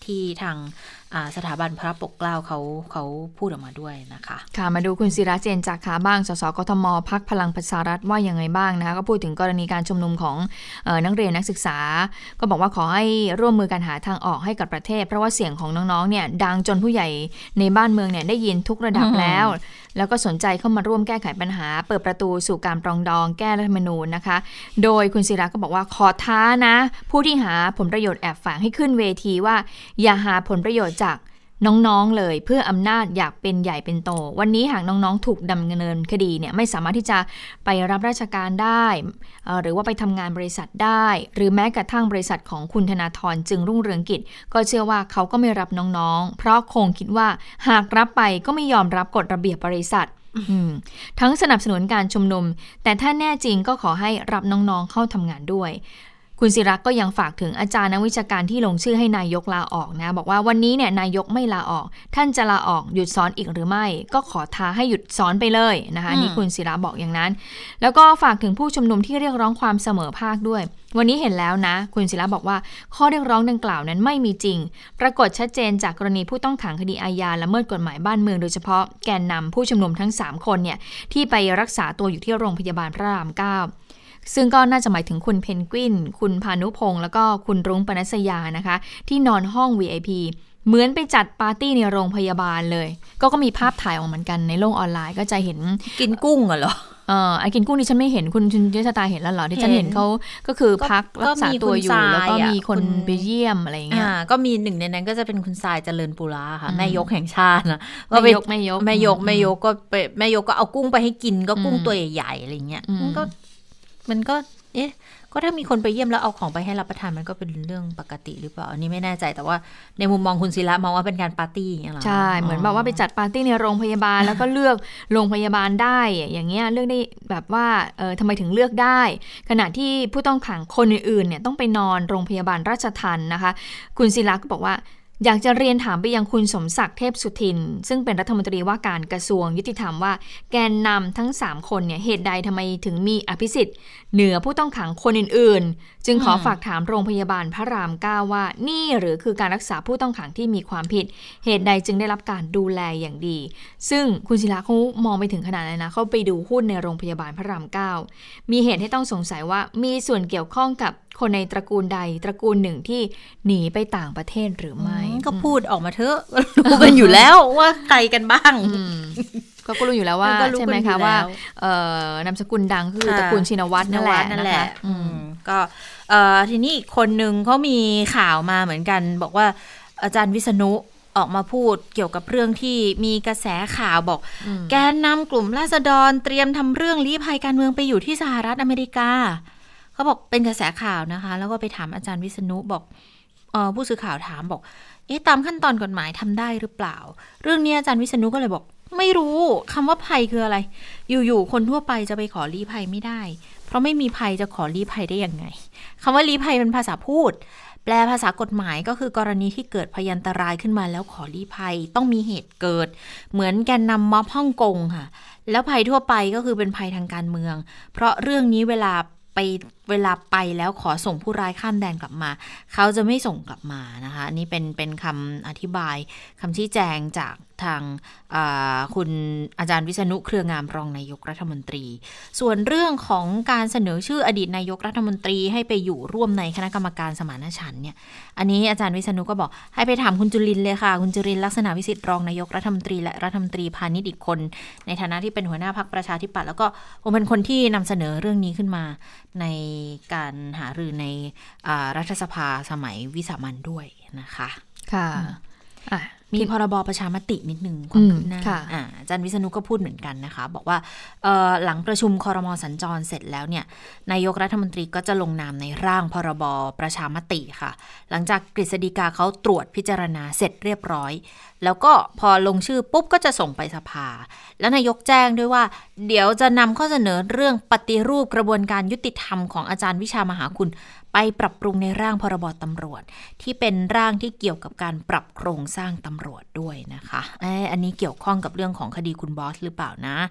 ที่ทางสถาบันพระปกเกล้าเขาพูดออกมาด้วยนะคะค่ะมาดูคุณศิระเจนจาคะบ้างสสกทมพรรคพลังประชารัฐว่ายังไงบ้างนะคะก็พูดถึงกรณีการชุมนุมของนักเรียนนักศึกษาก็บอกว่าขอให้ร่วมมือกันหาทางออกให้กับประเทศเพราะว่าเสียงของน้องๆเนี่ยดังจนผู้ใหญ่ในบ้านเมืองเนี่ยได้ยินทุกระดับแล้วก็สนใจเข้ามาร่วมแก้ไขปัญหาเปิดประตูสู่การปรองดองแก้รัฐธรรมนูญนะคะโดยคุณศิระก็บอกว่าขอท้านะผู้ที่หาผลประโยชน์แอบแฝงให้ขึ้นเวทีว่าอย่าหาผลประโยชน์จากน้องๆเลยเพื่ออำนาจอยากเป็นใหญ่เป็นโตวันนี้หากน้องๆถูกดำเนินคดีเนี่ยไม่สามารถที่จะไปรับราชการได้หรือว่าไปทำงานบริษัทได้หรือแม้กระทั่งบริษัทของคุณธนาธรจึงรุ่งเรืองกิจก็เชื่อว่าเขาก็ไม่รับน้องๆเพราะคงคิดว่าหากรับไปก็ไม่ยอมรับกฎระเบียบบริษัททั้งสนับสนุนการชุมนุมแต่ถ้าแน่จริงก็ขอให้รับน้องๆเข้าทำงานด้วยคุณศิระก็ยังฝากถึงอาจารย์นักวิชาการที่ลงชื่อให้นายกลาออกนะบอกว่าวันนี้เนี่ยนายกไม่ลาออกท่านจะลาออกหยุดสอนอีกหรือไม่ก็ขอท้าให้หยุดสอนไปเลยนะคะนี่คุณศิระบอกอย่างนั้นแล้วก็ฝากถึงผู้ชุมนุมที่เรียกร้องความเสมอภาคด้วยวันนี้เห็นแล้วนะคุณศิระบอกว่าข้อเรียกร้องดังกล่าวนั้นไม่มีจริงปรากฏชัดเจนจากกรณีผู้ต้องขังคดีอาญาละเมิดกฎหมายบ้านเมืองโดยเฉพาะแกนนำผู้ชุมนุมทั้ง3คนเนี่ยที่ไปรักษาตัวอยู่ที่โรงพยาบาลพระราม9ซึ่งก็น่าจะหมายถึงคุณเพนกวินคุณพานุพงษ์แล้วก็คุณรุ้งปนัสยานะคะที่นอนห้อง VIP เหมือนไปจัดปาร์ตี้ในโรงพยาบาลเลยก็มีภาพถ่ายออกเหมือนกันในโลกออนไลน์ก็จะเห็นกินกุ้งเหรอไอ้กินกุ้งนี่ฉันไม่เห็นคุณเจษฎาเห็นแล้วเหรอที่ฉันเห็นเขาก็คือพักรักษาตัวอยู่แล้วก็มีคนไปเยี่ยมอะไรอย่างเงี้ยก็มีหนึ่งในนั้นก็จะเป็นคุณทรายเจริญปุระค่ะแม่ยกแห่งชาตินะแม่ยกก็ไปแม่ยกก็เอากุ้งไปให้กินก็กุ้งตัวใหญ่ๆอะไรเงี้ยมันก็ก็ถ้ามีคนไปเยี่ยมแล้วเอาของไปให้รับประทานมันก็เป็นเรื่องปกติหรือเปล่าอันนี้ไม่แน่ใจแต่ว่าในมุมมองคุณศิระมองว่าเป็นการปาร์ตี้อย่างเงี้ยหรอใช่เหมือนแบบว่าไปจัดปาร์ตี้ในโรงพยาบาลแล้วก็เลือกโรงพยาบาลได้อย่างเงี้ยเลือกได้แบบว่าทำไมถึงเลือกได้ขณะที่ผู้ต้องขังคนอื่นๆเนี่ยต้องไปนอนโรงพยาบาลราชทัณฑ์นะคะคุณศิระก็บอกว่าอยากจะเรียนถามไปยังคุณสมศักดิ์เทพสุทินซึ่งเป็นรัฐมนตรีว่าการกระทรวงยุติธรรมว่าแกนนำทั้ง3คนเนี่ยเหตุใดทำไมถึงมีอภิสิทธิ์เหนือผู้ต้องขังคนอื่นๆจึงขอฝากถามโรงพยาบาลพระราม9ว่านี่หรือคือการรักษาผู้ต้องขังที่มีความผิดเหตุใดจึงได้รับการดูแลอย่างดีซึ่งคุณศิระเขามองไปถึงขนาดนั้นนะเขาไปดูหุ้นในโรงพยาบาลพระราม9มีเหตุให้ต้องสงสัยว่ามีส่วนเกี่ยวข้องกับคนในตระกูลใดตระกูลหนึ่งที่หนีไปต่างประเทศหรือไม่ก็พูดออกมาเถอะรู้กันอยู่แล้วว่าใครกันบ้างก็รู้อยู่แล้วว่าใช่ไหมคะว่านามสกุลดังคือตระกูลชินวัตรนั่นแหละนะคะก็ทีนี้อีกคนนึงเขามีข่าวมาเหมือนกันบอกว่าอาจารย์วิษณุออกมาพูดเกี่ยวกับเรื่องที่มีกระแสข่าวบอกแกนนำกลุ่มราษฎรเตรียมทำเรื่องลี้ภัยการเมืองไปอยู่ที่สหรัฐอเมริกาเขาบอกเป็นกระแสข่าวนะคะแล้วก็ไปถามอาจารย์วิษณุบอกผู้สื่อข่าวถามบอกตามขั้นตอนกฎหมายทำได้หรือเปล่าเรื่องนี้อาจารย์วิษณุก็เลยบอกไม่รู้คำว่าภัยคืออะไรอยู่ๆคนทั่วไปจะไปขอลี้ภัยไม่ได้เพราะไม่มีภัยจะขอลี้ภัยได้ยังไงคำว่าลี้ภัยเป็นภาษาพูดแปลภาษากฎหมายก็คือกรณีที่เกิดพยันตรายขึ้นมาแล้วขอลี้ภัยต้องมีเหตุเกิดเหมือนแกนนำม็อบฮ่องกงค่ะแล้วภัยทั่วไปก็คือเป็นภัยทางการเมืองเพราะเรื่องนี้เวลาไปแล้วขอส่งผู้ร้ายข้ามแดนกลับมาเขาจะไม่ส่งกลับมานะคะนี่เป็นคำอธิบายคำชี้แจงจากทางคุณอาจารย์วิษณุเครืองามรองนายกรัฐมนตรีส่วนเรื่องของการเสนอชื่ออดีตนายกรัฐมนตรีให้ไปอยู่ร่วมในคณะกรรมการสมานฉันท์เนี่ยอันนี้อาจารย์วิษณุก็บอกให้ไปถามคุณจุรินทร์เลยค่ะคุณจุรินทร์ลักษณะวิสิทธิ์รองนายกรัฐมนตรีและรัฐมนตรีพาณิชย์อีกคนในฐานะที่เป็นหัวหน้าพรรคประชาธิปัตย์แล้วก็เป็นคนที่นำเสนอเรื่องนี้ขึ้นมาในการหารือในรัฐสภาสมัยวิสามัญด้วยนะคะค่ะมีพรบประชามตินิดนึงความคืบหน้าอาจารย์วิษณุก็พูดเหมือนกันนะคะบอกว่าหลังประชุมครม.สัญจรเสร็จแล้วเนี่ยนายกรัฐมนตรีก็จะลงนามในร่างพรบประชามติค่ะหลังจากกฤษฎีกาเขาตรวจพิจารณาเสร็จเรียบร้อยแล้วก็พอลงชื่อปุ๊บก็จะส่งไปสภาแล้วนายกแจ้งด้วยว่าเดี๋ยวจะนำข้อเสนอเรื่องปฏิรูปกระบวนการยุติธรรมของอาจารย์วิชามหาคุณไปปรับปรุงในร่างพรบตำรวจที่เป็นร่างที่เกี่ยวกับการปรับโครงสร้างตำรวจด้วยนะคะอันนี้เกี่ยวข้องกับเรื่องของคดีคุณบอสหรือเปล่านะ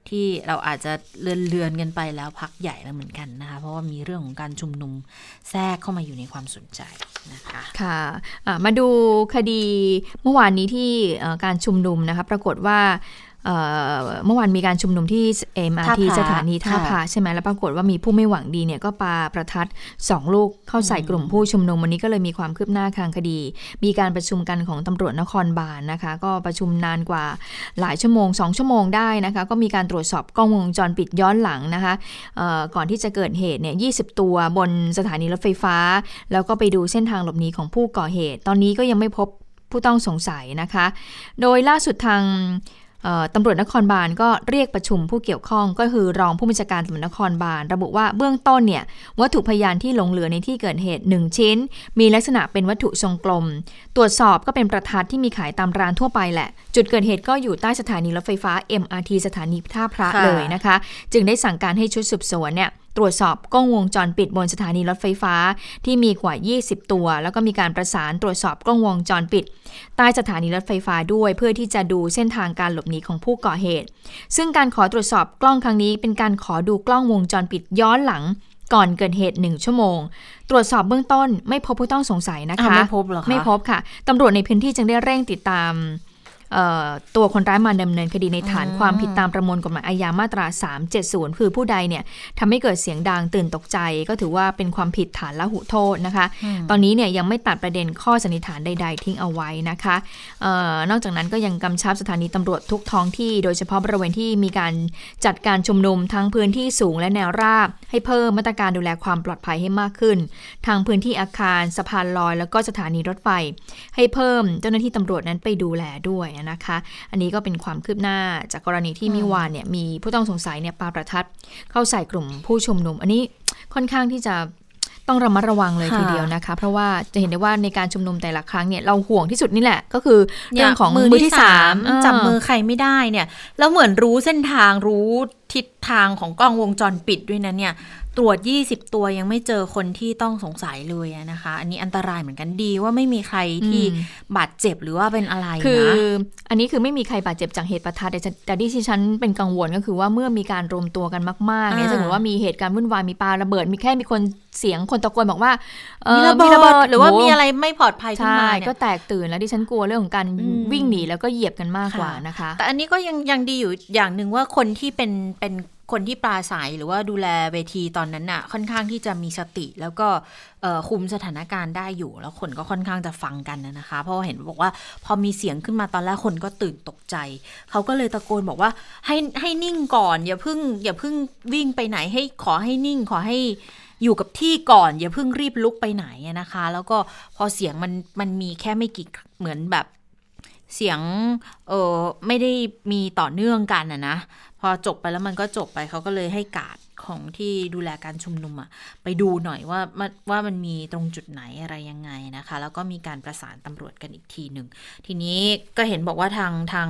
ที่เราอาจจะเลือนกันไปแล้วพักใหญ่แล้วเหมือนกันนะคะเพราะว่ามีเรื่องของการชุมนุมแทรกเข้ามาอยู่ในความสนใจนะคะค่ะมาดูคดีเมื่อวานนี้ที่การชุมนุมนะคะปรากฏว่าเมื่อวานมีการชุมนุมที่ MRT สถานีท่าพระใช่ไหมแล้วปรากฏว่ามีผู้ไม่หวังดีเนี่ยก็ปาประทัด2ลูกเข้าใส่กลุ่มผู้ชุมนุมวันนี้ก็เลยมีความคืบหน้าทางคดีมีการประชุมกันของตำรวจนครบาลนะคะก็ประชุมนานกว่าหลายชั่วโมง2ชั่วโมงได้นะคะก็มีการตรวจสอบกล้องวงจรปิดย้อนหลังนะคะก่อนที่จะเกิดเหตุเนี่ย20ตัวบนสถานีรถไฟฟ้าแล้วก็ไปดูเส้นทางหลบหนีของผู้ก่อเหตุตอนนี้ก็ยังไม่พบผู้ต้องสงสัยนะคะโดยล่าสุดทางตำรวจนครบาลก็เรียกประชุมผู้เกี่ยวข้องก็คือรองผู้บัญชาการตำรวจนครบาลระบุว่าเบื้องต้นเนี่ยวัตถุพยานที่หลงเหลือในที่เกิดเหตุ1ชิ้นมีลักษณะเป็นวัตถุทรงกลมตรวจสอบก็เป็นประทัดที่มีขายตามร้านทั่วไปแหละจุดเกิดเหตุก็อยู่ใต้สถานีรถไฟฟ้า MRT สถานีท่าพระเลยนะคะจึงได้สั่งการให้ชุดสืบสวนเนี่ยตรวจสอบกล้องวงจรปิดบนสถานีรถไฟฟ้าที่มีกว่า20ตัวแล้วก็มีการประสานตรวจสอบกล้องวงจรปิดใต้สถานีรถไฟฟ้าด้วยเพื่อที่จะดูเส้นทางการหลบหนีของผู้ก่อเหตุซึ่งการขอตรวจสอบกล้องครั้งนี้เป็นการขอดูกล้องวงจรปิดย้อนหลังก่อนเกิดเหตุ1ชั่วโมงตรวจสอบเบื้องต้นไม่พบผู้ต้องสงสัยนะคะไม่พบหรอคะไม่พบค่ะตำรวจในพื้นที่จึงได้เร่งติดตามตัวคนร้ายมาดำเนินคดีในฐานความผิดตามประมวลกฎหมายอาญามาตรา370คือผู้ใดเนี่ยทำให้เกิดเสียงดังตื่นตกใจก็ถือว่าเป็นความผิดฐานละหุโทษนะคะตอนนี้เนี่ยยังไม่ตัดประเด็นข้อสันนิษฐานใดๆทิ้งเอาไว้นะคะนอกจากนั้นก็ยังกำชับสถานีตำรวจทุกท้องที่โดยเฉพาะบริเวณที่มีการจัดการชุมนุมทั้งพื้นที่สูงและแนวราบให้เพิ่มมาตรการดูแลความปลอดภัยให้มากขึ้นทางพื้นที่อาคารสะพานลอยแล้วก็สถานีรถไฟให้เพิ่มเจ้าหน้าที่ตำรวจนั้นไปดูแลด้วยนะคะอันนี้ก็เป็นความคืบหน้าจากกรณีที่เมื่อวานเนี่ยมีผู้ต้องสงสัยเนี่ยปาประทัดเข้าใส่กลุ่มผู้ชุมนุมอันนี้ค่อนข้างที่จะต้องระมัดระวังเลยทีเดียวนะคะเพราะว่าจะเห็นได้ว่าในการชุมนุมแต่ละครั้งเนี่ยเราห่วงที่สุดนี่แหละก็คือเรื่องของมือที่3 จับมือใครไม่ได้เนี่ยแล้วเหมือนรู้เส้นทางรู้ทิศทางของกล้องวงจรปิดด้วยนะเนี่ยตรวจ20ตัวยังไม่เจอคนที่ต้องสงสัยเลยนะคะอันนี้อันตรายเหมือนกันดีว่าไม่มีใครที่บาดเจ็บหรือว่าเป็นอะไรนะคืออันนี้คือไม่มีใครบาดเจ็บจากเหตุประทัดแต่ที่ฉันเป็นกังวลก็คือว่าเมื่อมีการรวมตัวกันมากๆเนี่ยสมมติว่ามีเหตุการณ์วุ่นวายมีปาระเบิดมีแค่มีคนเสียงคนตะโกนบอกว่ามีระเบิดหรือว่ามีอะไรไม่ปลอดภัยขึ้นมาเนี่ยก็แตกตื่นแล้วดิฉันกลัวเรื่องของการวิ่งหนีแล้วก็เหยียบกันมากกว่านะคะแต่อันนี้ก็ยังดีอยู่อย่างนึงว่าคนที่เป็นคนที่ปราศัยหรือว่าดูแลเวทีตอนนั้นน่ะค่อนข้างที่จะมีสติแล้วก็คุมสถานการณ์ได้อยู่แล้วคนก็ค่อนข้างจะฟังกันนะคะเพราะเห็นบอกว่าพอมีเสียงขึ้นมาตอนแรกคนก็ตื่นตกใจเขาก็เลยตะโกนบอกว่าให้นิ่งก่อนอย่าเพิ่งวิ่งไปไหนขอให้นิ่งขอให้อยู่กับที่ก่อนอย่าเพิ่งรีบลุกไปไหนนะคะแล้วก็พอเสียงมันมีแค่ไม่กี่เหมือนแบบเสียงไม่ได้มีต่อเนื่องกันนะพอจบไปแล้วมันก็จบไปเขาก็เลยให้การ์ดของที่ดูแลการชุมนุมไปดูหน่อยว่ามันมีตรงจุดไหนอะไรยังไงนะคะแล้วก็มีการประสานตำรวจกันอีกทีหนึ่งทีนี้ก็เห็นบอกว่าทาง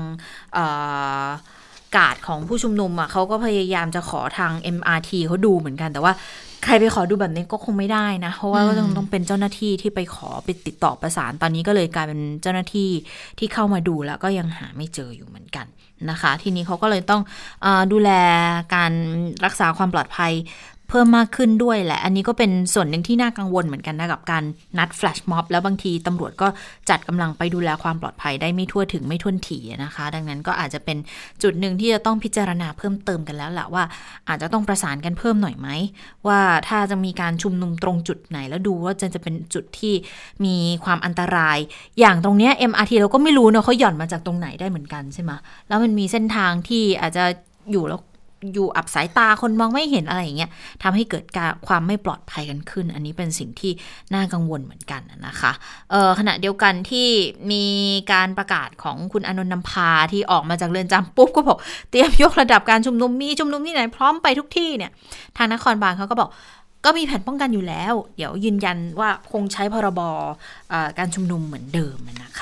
การ์ดของผู้ชุมนุมเขาก็พยายามจะขอทาง MRT เขาดูเหมือนกันแต่ว่าใครไปขอดูแบบนี้ก็คงไม่ได้นะเพราะว่าก็ต้องเป็นเจ้าหน้าที่ที่ไปขอไปติดต่อประสานตอนนี้ก็เลยกลายเป็นเจ้าหน้าที่ที่เข้ามาดูแล้วก็ยังหาไม่เจออยู่เหมือนกันนะคะทีนี้เขาก็เลยต้องดูแลการรักษาความปลอดภัยเพิ่มมากขึ้นด้วยแหละอันนี้ก็เป็นส่วนหนึ่งที่น่ากังวลเหมือนกันนะกับการนัดแฟลชม็อบแล้วบางทีตำรวจก็จัดกำลังไปดูแลความปลอดภัยได้ไม่ทั่วถึงไม่ท่วนถี่นะคะดังนั้นก็อาจจะเป็นจุดหนึ่งที่จะต้องพิจารณาเพิ่มเติมกันแล้วแหละว่าอาจจะต้องประสานกันเพิ่มหน่อยไหมว่าถ้าจะมีการชุมนุมตรงจุดไหนแล้วดูว่าจะเป็นจุดที่มีความอันตรายอย่างตรงเนี้ย MRT เราก็ไม่รู้เนาะเขาหย่อนมาจากตรงไหนได้เหมือนกันใช่ไหมแล้วมันมีเส้นทางที่อาจจะอยู่อับสายตาคนมองไม่เห็นอะไรอย่างเงี้ยทำให้เกิดความไม่ปลอดภัยกันขึ้นอันนี้เป็นสิ่งที่น่ากังวลเหมือนกันนะคะขณะเดียวกันที่มีการประกาศของคุณอานนท์นำพาที่ออกมาจากเรือนจำปุ๊บก็บอกเตรียมยกระดับการชุมนุมมีชุมนุมที่ไหนพร้อมไปทุกที่เนี่ยทางนครบาลเขาก็บอกก็มีแผนป้องกันอยู่แล้วเดี๋ยวยืนยันว่าคงใช้พรบการชุมนุมเหมือนเดิมนะคะ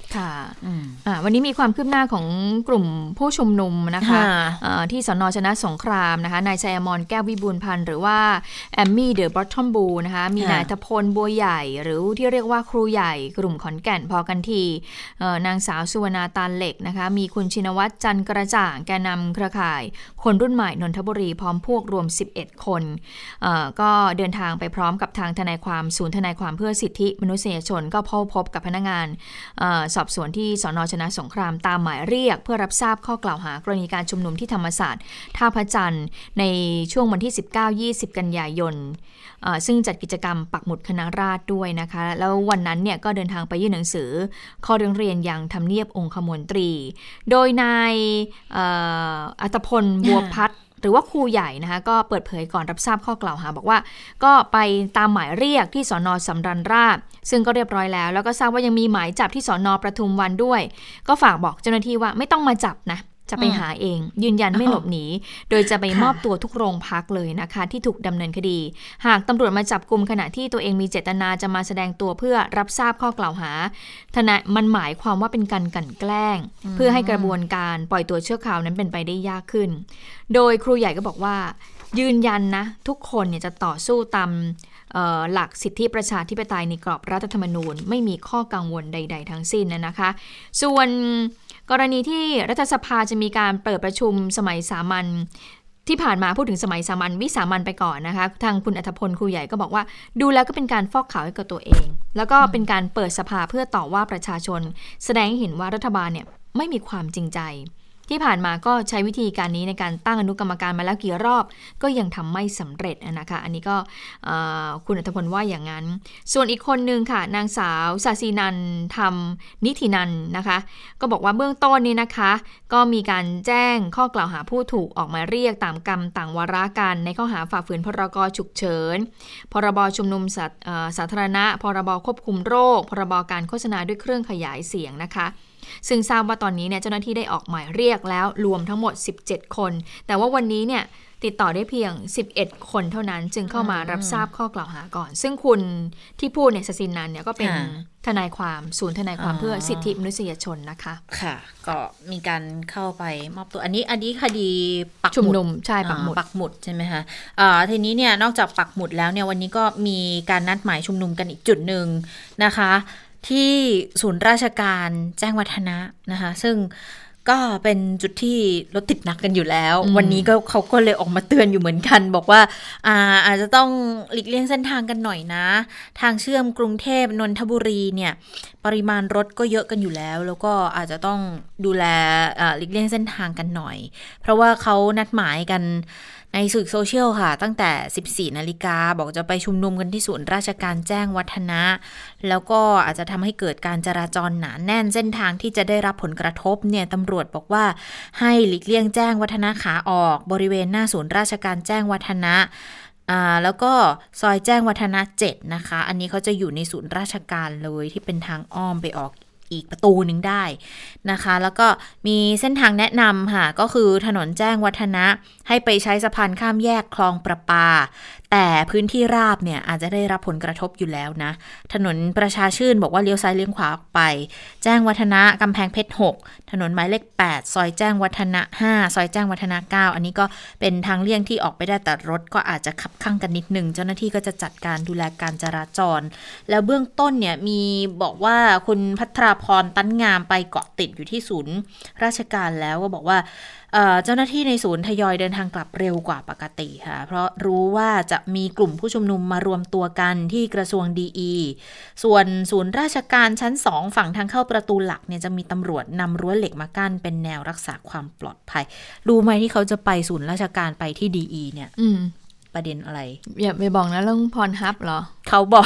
ค่ะวันนี้มีความคืบหน้าของกลุ่มผู้ชุมนุมนะคะที่สน.ชนะสงครามนะคะนายชัยอมรแก้ววิบูลย์พันธ์หรือว่าแอมมี่เดอะบอททอมบูนะคะมีนายทพลบัวใหญ่หรือที่เรียกว่าครูใหญ่กลุ่มขอนแก่นพอกันทีนางสาวสุวรรณาตาเหล็กนะคะมีคุณชินวัตรจันกระจ่างแกนนำเครือข่ายคนรุ่นใหม่นนทบุรีพร้อมพวกรวม11คนก็เดินทางไปพร้อมกับทางทนายความศูนย์ทนายความเพื่อสิทธิมนุษยชนก็พบกับพนักงานสอบสวนที่สน.ชนะสงครามตามหมายเรียกเพื่อรับทราบข้อกล่าวหากรณีการชุมนุมที่ธรรมศาสตร์ท่าพระจันทร์ในช่วงวันที่ 19-20 กันยายนซึ่งจัดกิจกรรมปักหมุดคณะราษฎรด้วยนะคะแล้ววันนั้นเนี่ยก็เดินทางไปยื่นหนังสือข้อร้องเรียนยังทำเนียบองคมนตรีโดยนายอัตพลบัวพัฒน์หรือว่าครูใหญ่นะคะก็เปิดเผยก่อนรับทราบข้อกล่าวหาบอกว่าก็ไปตามหมายเรียกที่สน.สำราญราษฎร์ซึ่งก็เรียบร้อยแล้วก็ทราบว่ายังมีหมายจับที่สน.ปทุมวันด้วยก็ฝากบอกเจ้าหน้าที่ว่าไม่ต้องมาจับนะจะไปหาเองยืนยันไม่หลบหนีโดยจะไปมอบตัวทุกโรงพักเลยนะคะที่ถูกดำเนินคดีหากตำรวจมาจับกุมขณะที่ตัวเองมีเจตนาจะมาแสดงตัวเพื่อรับทราบข้อกล่าวหาทนายมันหมายความว่าเป็นการกลั่นแกล้งเพื่อให้กระบวนการปล่อยตัวชั่วคราวนั้นเป็นไปได้ยากขึ้นโดยครูใหญ่ก็บอกว่ายืนยันนะทุกคนเนี่ยจะต่อสู้ตามหลักสิทธิประชาธิปไตยในกรอบรัฐธรรมนูญไม่มีข้อกังวลใดๆทั้งสิ้นนะคะส่วนกรณีที่รัฐสภาจะมีการเปิดประชุมสมัยสามัญที่ผ่านมาพูดถึงสมัยสามัญวิสามัญไปก่อนนะคะทางคุณอัธพลครูใหญ่ก็บอกว่าดูแล้วก็เป็นการฟอกขาวให้กับตัวเองแล้วก็เป็นการเปิดสภาเพื่อต่อว่าประชาชนแสดงให้เห็นว่ารัฐบาลเนี่ยไม่มีความจริงใจที่ผ่านมาก็ใช้วิธีการนี้ในการตั้งอนุกรรมการมาแล้วกี่รอบก็ยังทำไม่สำเร็จนะคะอันนี้ก็คุณอัธพลว่าอย่างนั้นส่วนอีกคนนึงค่ะนางสาวศาสีนันธรรมนิธินันนะคะก็บอกว่าเบื้องต้นนี้นะคะก็มีการแจ้งข้อกล่าวหาผู้ถูกออกหมายเรียกตามกรรมต่างวาระกันในข้อหาฝ่าฝืนพรกฉุกเฉินพรบชุมนุมสาธารณะพรบควบคุมโรคพรบการโฆษณาด้วยเครื่องขยายเสียงนะคะซึ่งทราบว่าตอนนี้เนี่ยเจ้าหน้าที่ได้ออกหมายเรียกแล้วรวมทั้งหมด17คนแต่ว่าวันนี้เนี่ยติดต่อได้เพียง11คนเท่านั้นจึงเข้ามารับทราบข้อกล่าวหาก่อนซึ่งคุณที่พูดเนี่ยศศินันเนี่ยก็เป็นทนายความศูนย์ทนายความเพื่อสิทธิมนุษยชนนะคะค่ะก็มีการเข้าไปมอบตัวอันนี้คดีปักหมุดชุมนุมใช่ปักหมุดใช่ไหมคะทีนี้เนี่ยนอกจากปักหมุดแล้วเนี่ยวันนี้ก็มีการนัดหมายชุมนุมกันอีกจุดหนึ่งนะคะที่ศูนย์ราชการแจ้งวัฒนะนะคะซึ่งก็เป็นจุดที่รถติดหนักกันอยู่แล้ววันนี้ก็เขาก็เลยออกมาเตือนอยู่เหมือนกันบอกว่าอาจจะต้องหลีกเลี่ยงเส้นทางกันหน่อยนะทางเชื่อมกรุงเทพนนทบุรีเนี่ยปริมาณรถก็เยอะกันอยู่แล้วแล้วก็อาจจะต้องดูแลหลีกเลี่ยงเส้นทางกันหน่อยเพราะว่าเขานัดหมายกันในสื่อโซเชียลค่ะตั้งแต่ 14 นาฬิกาบอกจะไปชุมนุมกันที่ศูนย์ราชการแจ้งวัฒนะแล้วก็อาจจะทำให้เกิดการจราจรหนาแน่นเส้นทางที่จะได้รับผลกระทบเนี่ยตำรวจบอกว่าให้หลีกเลี่ยงแจ้งวัฒนะขาออกบริเวณหน้าศูนย์ราชการแจ้งวัฒนะแล้วก็ซอยแจ้งวัฒนะ7นะคะอันนี้เขาจะอยู่ในศูนย์ราชการเลยที่เป็นทางอ้อมไปออกอีกประตูหนึ่งได้นะคะแล้วก็มีเส้นทางแนะนำค่ะก็คือถนนแจ้งวัฒนะให้ไปใช้สะพานข้ามแยกคลองประปาแต่พื้นที่ราบเนี่ยอาจจะได้รับผลกระทบอยู่แล้วนะถนนประชาชื่นบอกว่าเลี้ยวซ้ายเลี้ยวขวาออกไปแจ้งวัฒนะกำแพงเพชร6ถนนหมายเลข8ซอยแจ้งวัฒนะ5ซอยแจ้งวัฒนะ9อันนี้ก็เป็นทางเลี่ยงที่ออกไปได้แต่รถก็อาจจะขับข้างกันนิดนึงเจ้าหน้าที่ก็จะจัดการดูแลการจราจรแล้วเบื้องต้นเนี่ยมีบอกว่าคุณพัทราพรตั้นงามไปเกาะติดอยู่ที่ศูนย์ราชการแล้วก็บอกว่าเจ้าหน้าที่ในศูนย์ทยอยเดินทางกลับเร็วกว่าปกติค่ะเพราะรู้ว่าจะมีกลุ่มผู้ชุมนุมมารวมตัวกันที่กระทรวงดีส่วนศูนย์ราชการชั้น2ฝั่งทางเข้าประตูหลักเนี่ยจะมีตำรวจนำรั้วเหล็กมากั้นเป็นแนวรักษาความปลอดภัยรู้ไหมที่เขาจะไปศูนย์ราชการไปที่ดีเนี่ยประเด็นอะไรอย่าไปบอกนะเรื่องพรฮับเหรอเขาบอก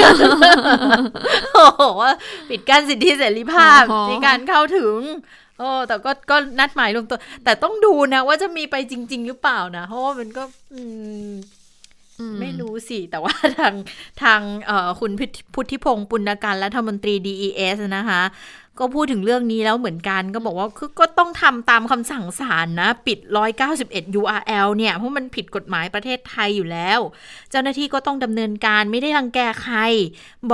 โอ้โหว่าปิดกั้นสิทธิเสรีภาพในการเข้าถึงแต่ก็นัดหมายรวมตัวแต่ต้องดูนะว่าจะมีไปจริงๆหรือเปล่านะเพราะว่ามันก็ไม่รู้สิแต่ว่าทางคุณพุทธิพงศ์ปุณการรัฐมนตรี DES นะคะก็พูดถึงเรื่องนี้แล้วเหมือนกันก็บอกว่าก็ต้องทำตามคำสั่งศาลนะปิด191 URL เนี่ยเพราะมันผิดกฎหมายประเทศไทยอยู่แล้วเจ้าหน้าที่ก็ต้องดำเนินการไม่ได้รังแกใครบอก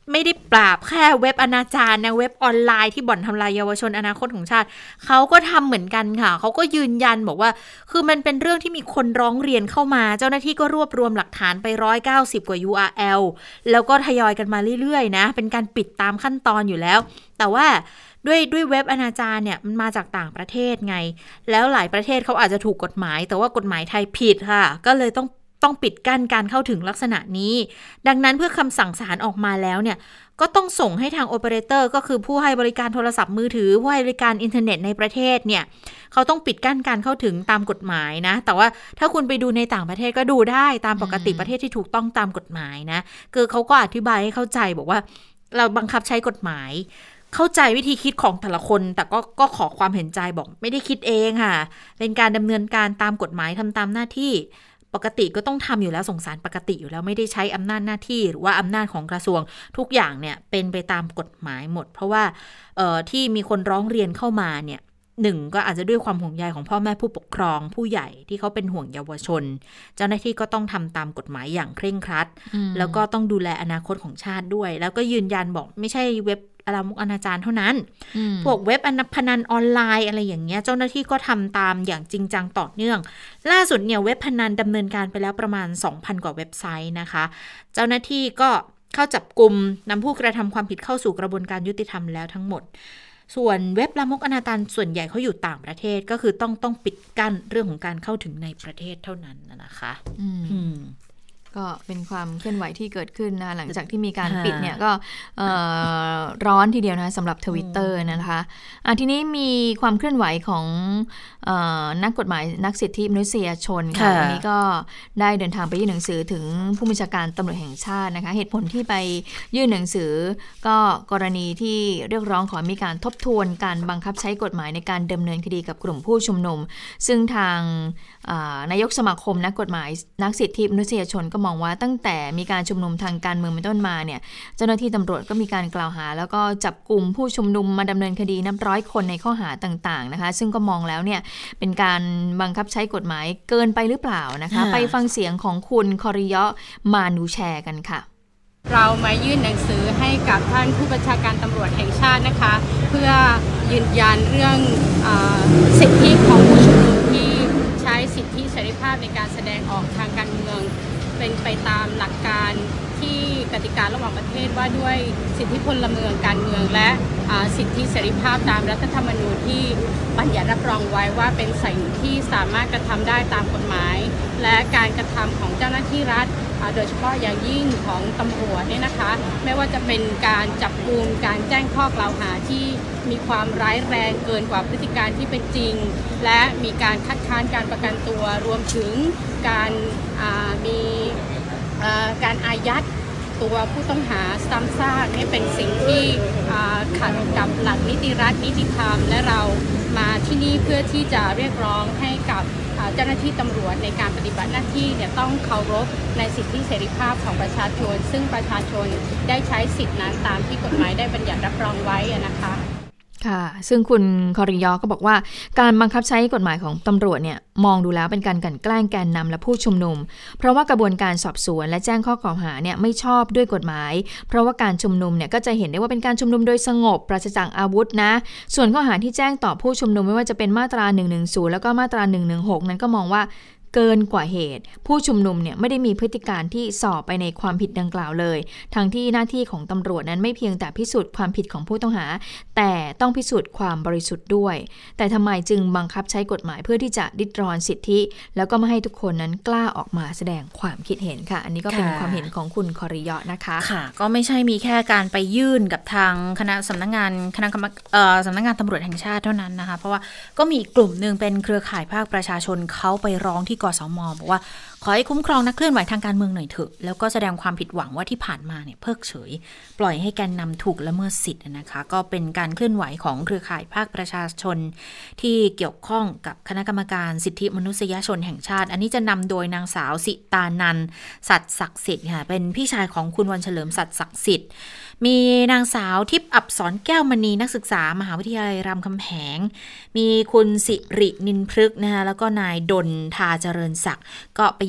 ไม่ได้ปราบแค่เว็บอนาจารนะเว็บออนไลน์ที่บ่อนทำลายเยาวชนอนาคตของชาติเขาก็ทำเหมือนกันค่ะเขาก็ยืนยันบอกว่าคือมันเป็นเรื่องที่มีคนร้องเรียนเข้ามาเจ้าหน้าที่ก็รวบรวมหลักฐานไป190กว่า URL แล้วก็ทยอยกันมาเรื่อยๆนะเป็นการปิดตามขั้นตอนอยู่แล้วแต่ว่าด้วยเว็บอนาจารเนี่ยมันมาจากต่างประเทศไงแล้วหลายประเทศเขาอาจจะถูกกฎหมายแต่ว่ากฎหมายไทยผิดค่ะก็เลยต้องปิดกั้นการเข้าถึงลักษณะนี้ดังนั้นเพื่อคำสั่งศาลออกมาแล้วเนี่ยก็ต้องส่งให้ทางโอเปอเรเตอร์ก็คือผู้ให้บริการโทรศัพท์มือถือผู้ให้บริการอินเทอร์เน็ตในประเทศเนี่ยเขาต้องปิดกั้นการเข้าถึงตามกฎหมายนะแต่ว่าถ้าคุณไปดูในต่างประเทศก็ดูได้ตามปกติประเทศที่ถูกต้องตามกฎหมายนะคือเขาก็อธิบายให้เข้าใจบอกว่าเราบังคับใช้กฎหมายเข้าใจวิธีคิดของแต่ละคนแต่ก็ขอความเห็นใจบอกไม่ได้คิดเองค่ะเป็นการดำเนินการตามกฎหมายทำตามหน้าที่ปกติก็ต้องทำอยู่แล้วส่งสารปกติอยู่แล้วไม่ได้ใช้อำนาจหน้าที่หรือว่าอำนาจของกระทรวงทุกอย่างเนี่ยเป็นไปตามกฎหมายหมดเพราะว่าที่มีคนร้องเรียนเข้ามาเนี่ยหนึ่งก็อาจจะด้วยความห่วงใยของพ่อแม่ผู้ปกครองผู้ใหญ่ที่เขาเป็นห่วงเยาวชนเจ้าหน้าที่ก็ต้องทำตามกฎหมายอย่างเคร่งครัดแล้วก็ต้องดูแลอนาคตของชาติด้วยแล้วก็ยืนยันบอกไม่ใช่เว็บลามกอนาจารเท่านั้นพวกเว็บพนันออนไลน์อะไรอย่างเงี้ยเจ้าหน้าที่ก็ทำตามอย่างจริงจังต่อเนื่องล่าสุดเนี่ยเว็บพนันดำเนินการไปแล้วประมาณ 2,000 กว่าเว็บไซต์นะคะเจ้าหน้าที่ก็เข้าจับกุมนำผู้กระทำความผิดเข้าสู่กระบวนการยุติธรรมแล้วทั้งหมดส่วนเว็บลามกอนาจารส่วนใหญ่เขาอยู่ต่างประเทศก็คือต้องปิดกั้นเรื่องของการเข้าถึงในประเทศเท่านั้นนะคะก็เป็นความเคลื่อนไหวที่เกิดขึ้นนะหลังจากที่มีการปิดเนี่ยก็ร้อนทีเดียวนะสำหรับ Twitter นะคะทีนี้มีความเคลื่อนไหวของนักกฎหมายนักสิทธิมนุษยชนค่ะวันนี้ก็ได้เดินทางไปยื่นหนังสือถึงผู้บัญชาการตำรวจแห่งชาตินะคะเหตุผลที่ไปยื่นหนังสือก็กรณีที่เรียกร้องขอมีการทบทวนการบังคับใช้กฎหมายในการดำเนินคดีกับกลุ่มผู้ชุมนุมซึ่งทางนายกสมาคมนักกฎหมายนักสิทธิมนุษยชนก็มองว่าตั้งแต่มีการชุมนุมทางการเมืองเป็นต้นมาเนี่ยเจ้าหน้าที่ตำรวจก็มีการกล่าวหาแล้วก็จับกลุ่มผู้ชุมนุมมาดำเนินคดีนับร้อยคนในข้อหาต่างๆนะคะซึ่งก็มองแล้วเนี่ยเป็นการบังคับใช้กฎหมายเกินไปหรือเปล่านะคะไปฟังเสียงของคุณคอริยะมานูแชร์กันค่ะเรามายื่นหนังสือให้กับท่านผู้บัญชาการตำรวจแห่งชาตินะคะเพื่อยืนยันเรื่องสิทธิของผู้ชุมนุมที่ใช้สิทธิเสรีภาพในการแสดงออกทางการเมืองเป็นไปตามหลักการที่กติการะหว่างประเทศว่าด้วยสิทธิพลเมืองการเมืองและสิทธิเสรีภาพตามรัฐธรรมนูญที่บัญญัติรับรองไว้ว่าเป็นสิ่งที่สามารถกระทำได้ตามกฎหมายและการกระทำของเจ้าหน้าที่รัฐโดยเฉพาะอย่างยิ่งของตำรวจเนี่ยนะคะไม่ว่าจะเป็นการจับกุมการแจ้งข้อกล่าวหาที่มีความร้ายแรงเกินกว่าพฤติการที่เป็นจริงและมีการคัดค้านการประกันตัวรวมถึงการมีการอายัดตัวผู้ต้องหาซ้ำซากนี่เป็นสิ่งที่ขัดกับหลักนิติรัฐนิติธรรมและเรามาที่นี่เพื่อที่จะเรียกร้องให้กับเจ้าหน้าที่ตำรวจในการปฏิบัติหน้าที่เนี่ยต้องเคารพในสิทธิเสรีภาพของประชาชนซึ่งประชาชนได้ใช้สิทธินั้นตามที่กฎหมายได้บัญญัติรับรองไว้นะคะค่ะซึ่งคุณคอริยอก็บอกว่าการบังคับใช้กฎหมายของตำรวจเนี่ยมองดูแล้วเป็นการกลั่นแกล้งแกนนำและผู้ชุมนุมเพราะว่ากระบวนการสอบสวนและแจ้งข้อกล่าวหาเนี่ยไม่ชอบด้วยกฎหมายเพราะว่าการชุมนุมเนี่ยก็จะเห็นได้ว่าเป็นการชุมนุมโดยสงบปราศจากอาวุธนะส่วนข้อหาที่แจ้งต่อผู้ชุมนุมไม่ว่าจะเป็นมาตรา110แล้วก็มาตรา116นั้นก็มองว่าเกินกว่าเหตุผู้ชุมนุมเนี่ยไม่ได้มีพฤติการที่ส่อไปในความผิดดังกล่าวเลยทั้งที่หน้าที่ของตำรวจนั้นไม่เพียงแต่พิสูจน์ความผิดของผู้ต้องหาแต่ต้องพิสูจน์ความบริสุทธิ์ด้วยแต่ทำไมจึงบังคับใช้กฎหมายเพื่อที่จะริดรอนสิทธิแล้วก็ไม่ให้ทุกคนนั้นกล้าออกมาแสดงความคิดเห็นค่ะอันนี้ก็เป็นความเห็นของคุณคอริยะนะคะค่ะก็ไม่ใช่มีแค่การไปยื่นกับทางคณะสำนักงานสำนักงานตำรวจแห่งชาติเท่านั้นนะคะเพราะว่าก็มีกลุ่มนึงเป็นเครือข่ายภาคประชาชนเขาไปร้องที่กสม.บอกว่าขอให้คุ้มครองนักเคลื่อนไหวทางการเมืองหน่อยเถอะแล้วก็แสดงความผิดหวังว่าที่ผ่านมาเนี่ยเพิกเฉยปล่อยให้แกนนำถูกละเมิดสิทธิ์นะคะก็เป็นการเคลื่อนไหวของเครือข่ายภาคประชาชนที่เกี่ยวข้องกับคณะกรรมการสิทธิมนุษยชนแห่งชาติอันนี้จะนำโดยนางสาวสิตานันท์สัตย์ศักดิ์สิทธิ์ค่ะเป็นพี่ชายของคุณวันเฉลิมสัตย์ศักดิ์สิทธิ์มีนางสาวทิพย์อับสรแก้วมณีนักศึกษามหาวิทยาลัยรามคำแหงมีคุณสิรินินพฤกษ์นะคะแล้วก็นายดลทาเจริญศักดิ์ก็ไป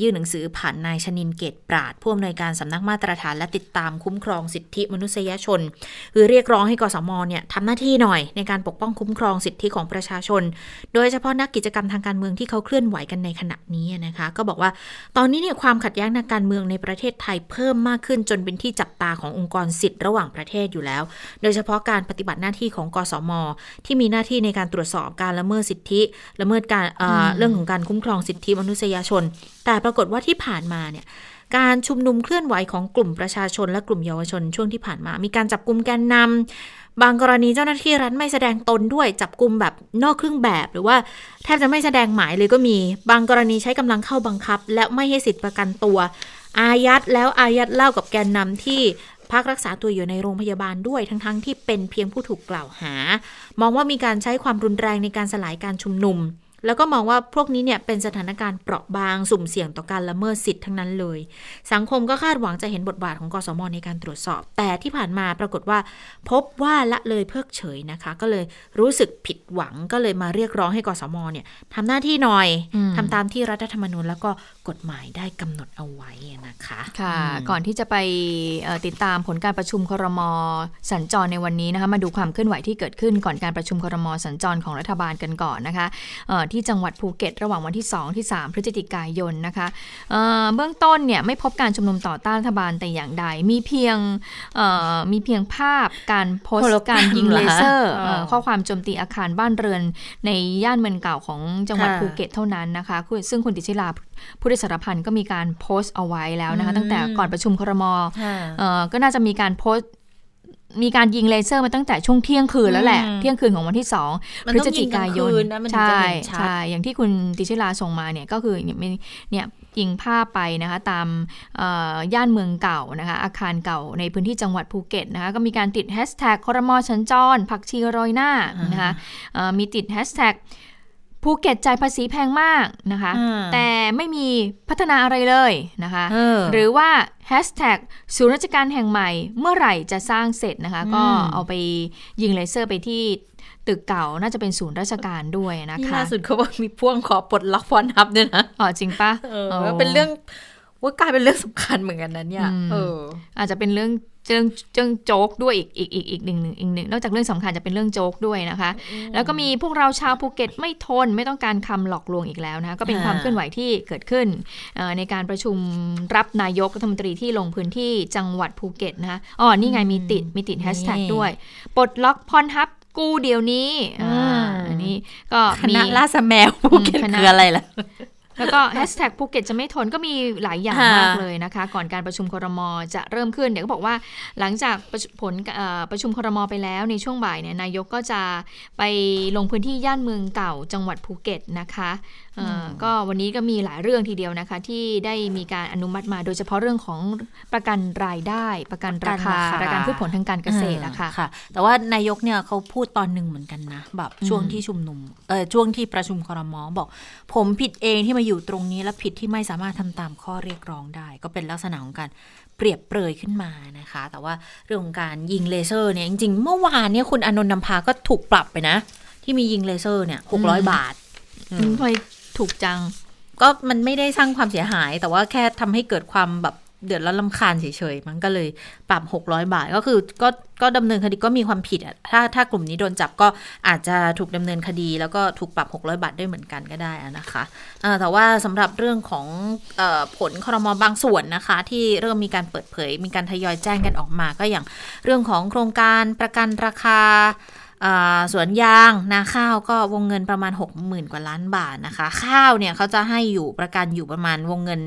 ยื่นหนังสือผ่านนายชนินทร์เกตปราดผู้อำนวยการสำนักมาตรฐานและติดตามคุ้มครองสิทธิมนุษยชนคือเรียกร้องให้กสมเนี่ยทำหน้าที่หน่อยในการปกป้องคุ้มครองสิทธิของประชาชนโดยเฉพาะนักกิจกรรมทางการเมืองที่เขาเคลื่อนไหวกันในขณะนี้นะคะก็บอกว่าตอนนี้เนี่ยความขัดแย้งทางการเมืองในประเทศไทยเพิ่มมากขึ้นจนเป็นที่จับตาขององค์กรสิทธิระหว่างประเทศอยู่แล้วโดยเฉพาะการปฏิบัติหน้าที่ของกสมที่มีหน้าที่ในการตรวจสอบการละเมิดสิทธิละเมิดการเรื่องของการคุ้มครองสิทธิมนุษยชนแต่ปรากฏว่าที่ผ่านมาเนี่ยการชุมนุมเคลื่อนไหวของกลุ่มประชาชนและกลุ่มเยาวชนช่วงที่ผ่านมามีการจับกุมแกนนำบางกรณีเจ้าหน้าที่รัฐไม่แสดงตนด้วยจับกุมแบบนอกเครื่องแบบหรือว่าแทบจะไม่แสดงหมายเลยก็มีบางกรณีใช้กำลังเข้าบังคับและไม่ให้สิทธิประกันตัวอายัดแล้วอายัดเล่ากับแกนนำที่พักรักษาตัวอยู่ในโรงพยาบาลด้วยทั้งที่เป็นเพียงผู้ถูกกล่าวหามองว่ามีการใช้ความรุนแรงในการสลายการชุมนุมแล้วก็มองว่าพวกนี้เนี่ยเป็นสถานการณ์เปราะบางสุ่มเสี่ยงต่อการละเมิดสิทธิ์ทั้งนั้นเลยสังคมก็คาดหวังจะเห็นบทบาทของกสมในการตรวจสอบแต่ที่ผ่านมาปรากฏว่าพบว่าละเลยเพิกเฉยนะคะก็เลยรู้สึกผิดหวังก็เลยมาเรียกร้องให้กสมเนี่ยทำหน้าที่หน่อยทำตามที่รัฐธรรมนูญแล้วก็กฎหมายได้กำหนดเอาไว้นะคะค่ะก่อนที่จะไปติดตามผลการประชุมครม.สัญจรในวันนี้นะคะมาดูความเคลื่อนไหวที่เกิดขึ้นก่อนการประชุมครม.สัญจรของรัฐบาลกันก่อนนะคะที่จังหวัดภูเก็ตระหว่างวันที่2ที่3พฤศจิกายนนะคะเบื้องต้นเนี่ยไม่พบการชุมนุมต่อต้านรัฐบาลแต่อย่างใดมีเพียงภาพการโพสต์การยิงเลเซอร์ข้อความโจมตีอาคารบ้านเรือนในย่านเมืองเก่าของจังหวัดภูเก็ตเท่านั้นนะคะซึ่งคุณติชิราผู้ได้สารพันก็มีการโพสต์เอาไว้แล้วนะคะตั้งแต่ก่อนประชุมครม.ก็น่าจะมีการโพสต์มีการยิงเลเซอร์มาตั้งแต่ช่วงเที่ยงคืนแล้วแหละเที่ยงคืนของวันที่2พฤศจิกายนใช่อย่างที่คุณติชิราส่งมาเนี่ยก็คือเนี่ยยิงภาพไปนะคะตามย่านเมืองเก่านะคะอาคารเก่าในพื้นที่จังหวัดภูเก็ตนะคะก็มีการติดแฮชแท็กครม.สัญจรผักชีโรยหน้านะคะมีติดแฮชแท็กภูเก็ตจ่ายภาษีแพงมากนะคะแต่ไม่มีพัฒนาอะไรเลยนะคะหรือว่าแฮชแท็กศูนย์ราชการแห่งใหม่เมื่อไหร่จะสร้างเสร็จนะคะก็เอาไปยิงเลเซอร์ไปที่ตึกเก่าน่าจะเป็นศูนย์ราชการด้วยนะคะล่าสุดเขาบอกมีพ่วงขอปลดล็อกฟอนทับด้วยนะจริงปะเป็นเรื่องว่ากลายเป็นเรื่องสำคัญเหมือนกันนะเนี่ยอาจจะเป็นเรื่องโจ๊กด้วยอีกหนึ่งนอกจากเรื่องสำคัญจะเป็นเรื่องโจ๊กด้วยนะคะแล้วก็มีพวกเราชาวภูเก็ตไม่ทนไม่ต้องการคำหลอกลวงอีกแล้วนะคะก็เป็นความเคลื่อนไหวที่เกิดขึ้นในการประชุมรับนายกรัฐมนตรีที่ลงพื้นที่จังหวัดภูเก็ตนะคะนี่ไงมีติดแฮชแท็กด้วยปลดล็อกพรทับกูเดี๋ยวนี้อันนี้ก็คณะล่าสแมวภูเก็ตคืออะไรล่ะแล้วก็แฮชแท็กภูเก็ตจะไม่ทนก็มีหลายอย่างมากเลยนะคะก่อนการประชุมครม.จะเริ่มขึ้นเดี๋ยวก็บอกว่าหลังจากผลประชุมครม.ไปแล้วในช่วงบ่ายเนี่ยนายกก็จะไปลงพื้นที่ย่านเมืองเก่าจังหวัดภูเก็ตนะคะก็วันนี้ก็มีหลายเรื่องทีเดียวนะคะที่ได้มีการอนุมัติมาโดยเฉพาะเรื่องของประกันรายได้ประกันราคาประกันพืชผลทางการเกษตรนะคะแต่ว่านายกเนี่ยเขาพูดตอนหนึ่งเหมือนกันนะแบบช่วงที่ชุมนุมช่วงที่ประชุมครม.บอกผมผิดเองที่มาอยู่ตรงนี้และผิดที่ไม่สามารถทำตามข้อเรียกร้องได้ก็เป็นลักษณะของการเปรียบเปรยขึ้นมานะคะแต่ว่าเรื่องของการยิงเลเซอร์เนี่ยจริงๆเมื่อวานเนี่ยคุณอานนท์นำพาก็ถูกปรับไปนะที่มียิงเลเซอร์เนี่ย600 บาททำไมถูกจังก็มันไม่ได้สร้างความเสียหายแต่ว่าแค่ทำให้เกิดความแบบเดือดร้อนรำคาญเฉยๆมันก็เลยปรับ600 บาทก็คือก็ดำเนินคดีก็มีความผิดถ้ากลุ่มนี้โดนจับก็อาจจะถูกดำเนินคดีแล้วก็ถูกปรับ600 บาทด้วยเหมือนกันก็ได้นะคะแต่ว่าสำหรับเรื่องของผลครม.บางส่วนนะคะที่เริ่มมีการเปิดเผยมีการทยอยแจ้งกันออกมาก็อย่างเรื่องของโครงการประกันราคาสวนยางนาข้าวก็วงเงินประมาณ 60,000 กว่าล้านบาทนะคะข้าวเนี่ยเขาจะให้อยู่ประกันอยู่ประมาณวงเงิน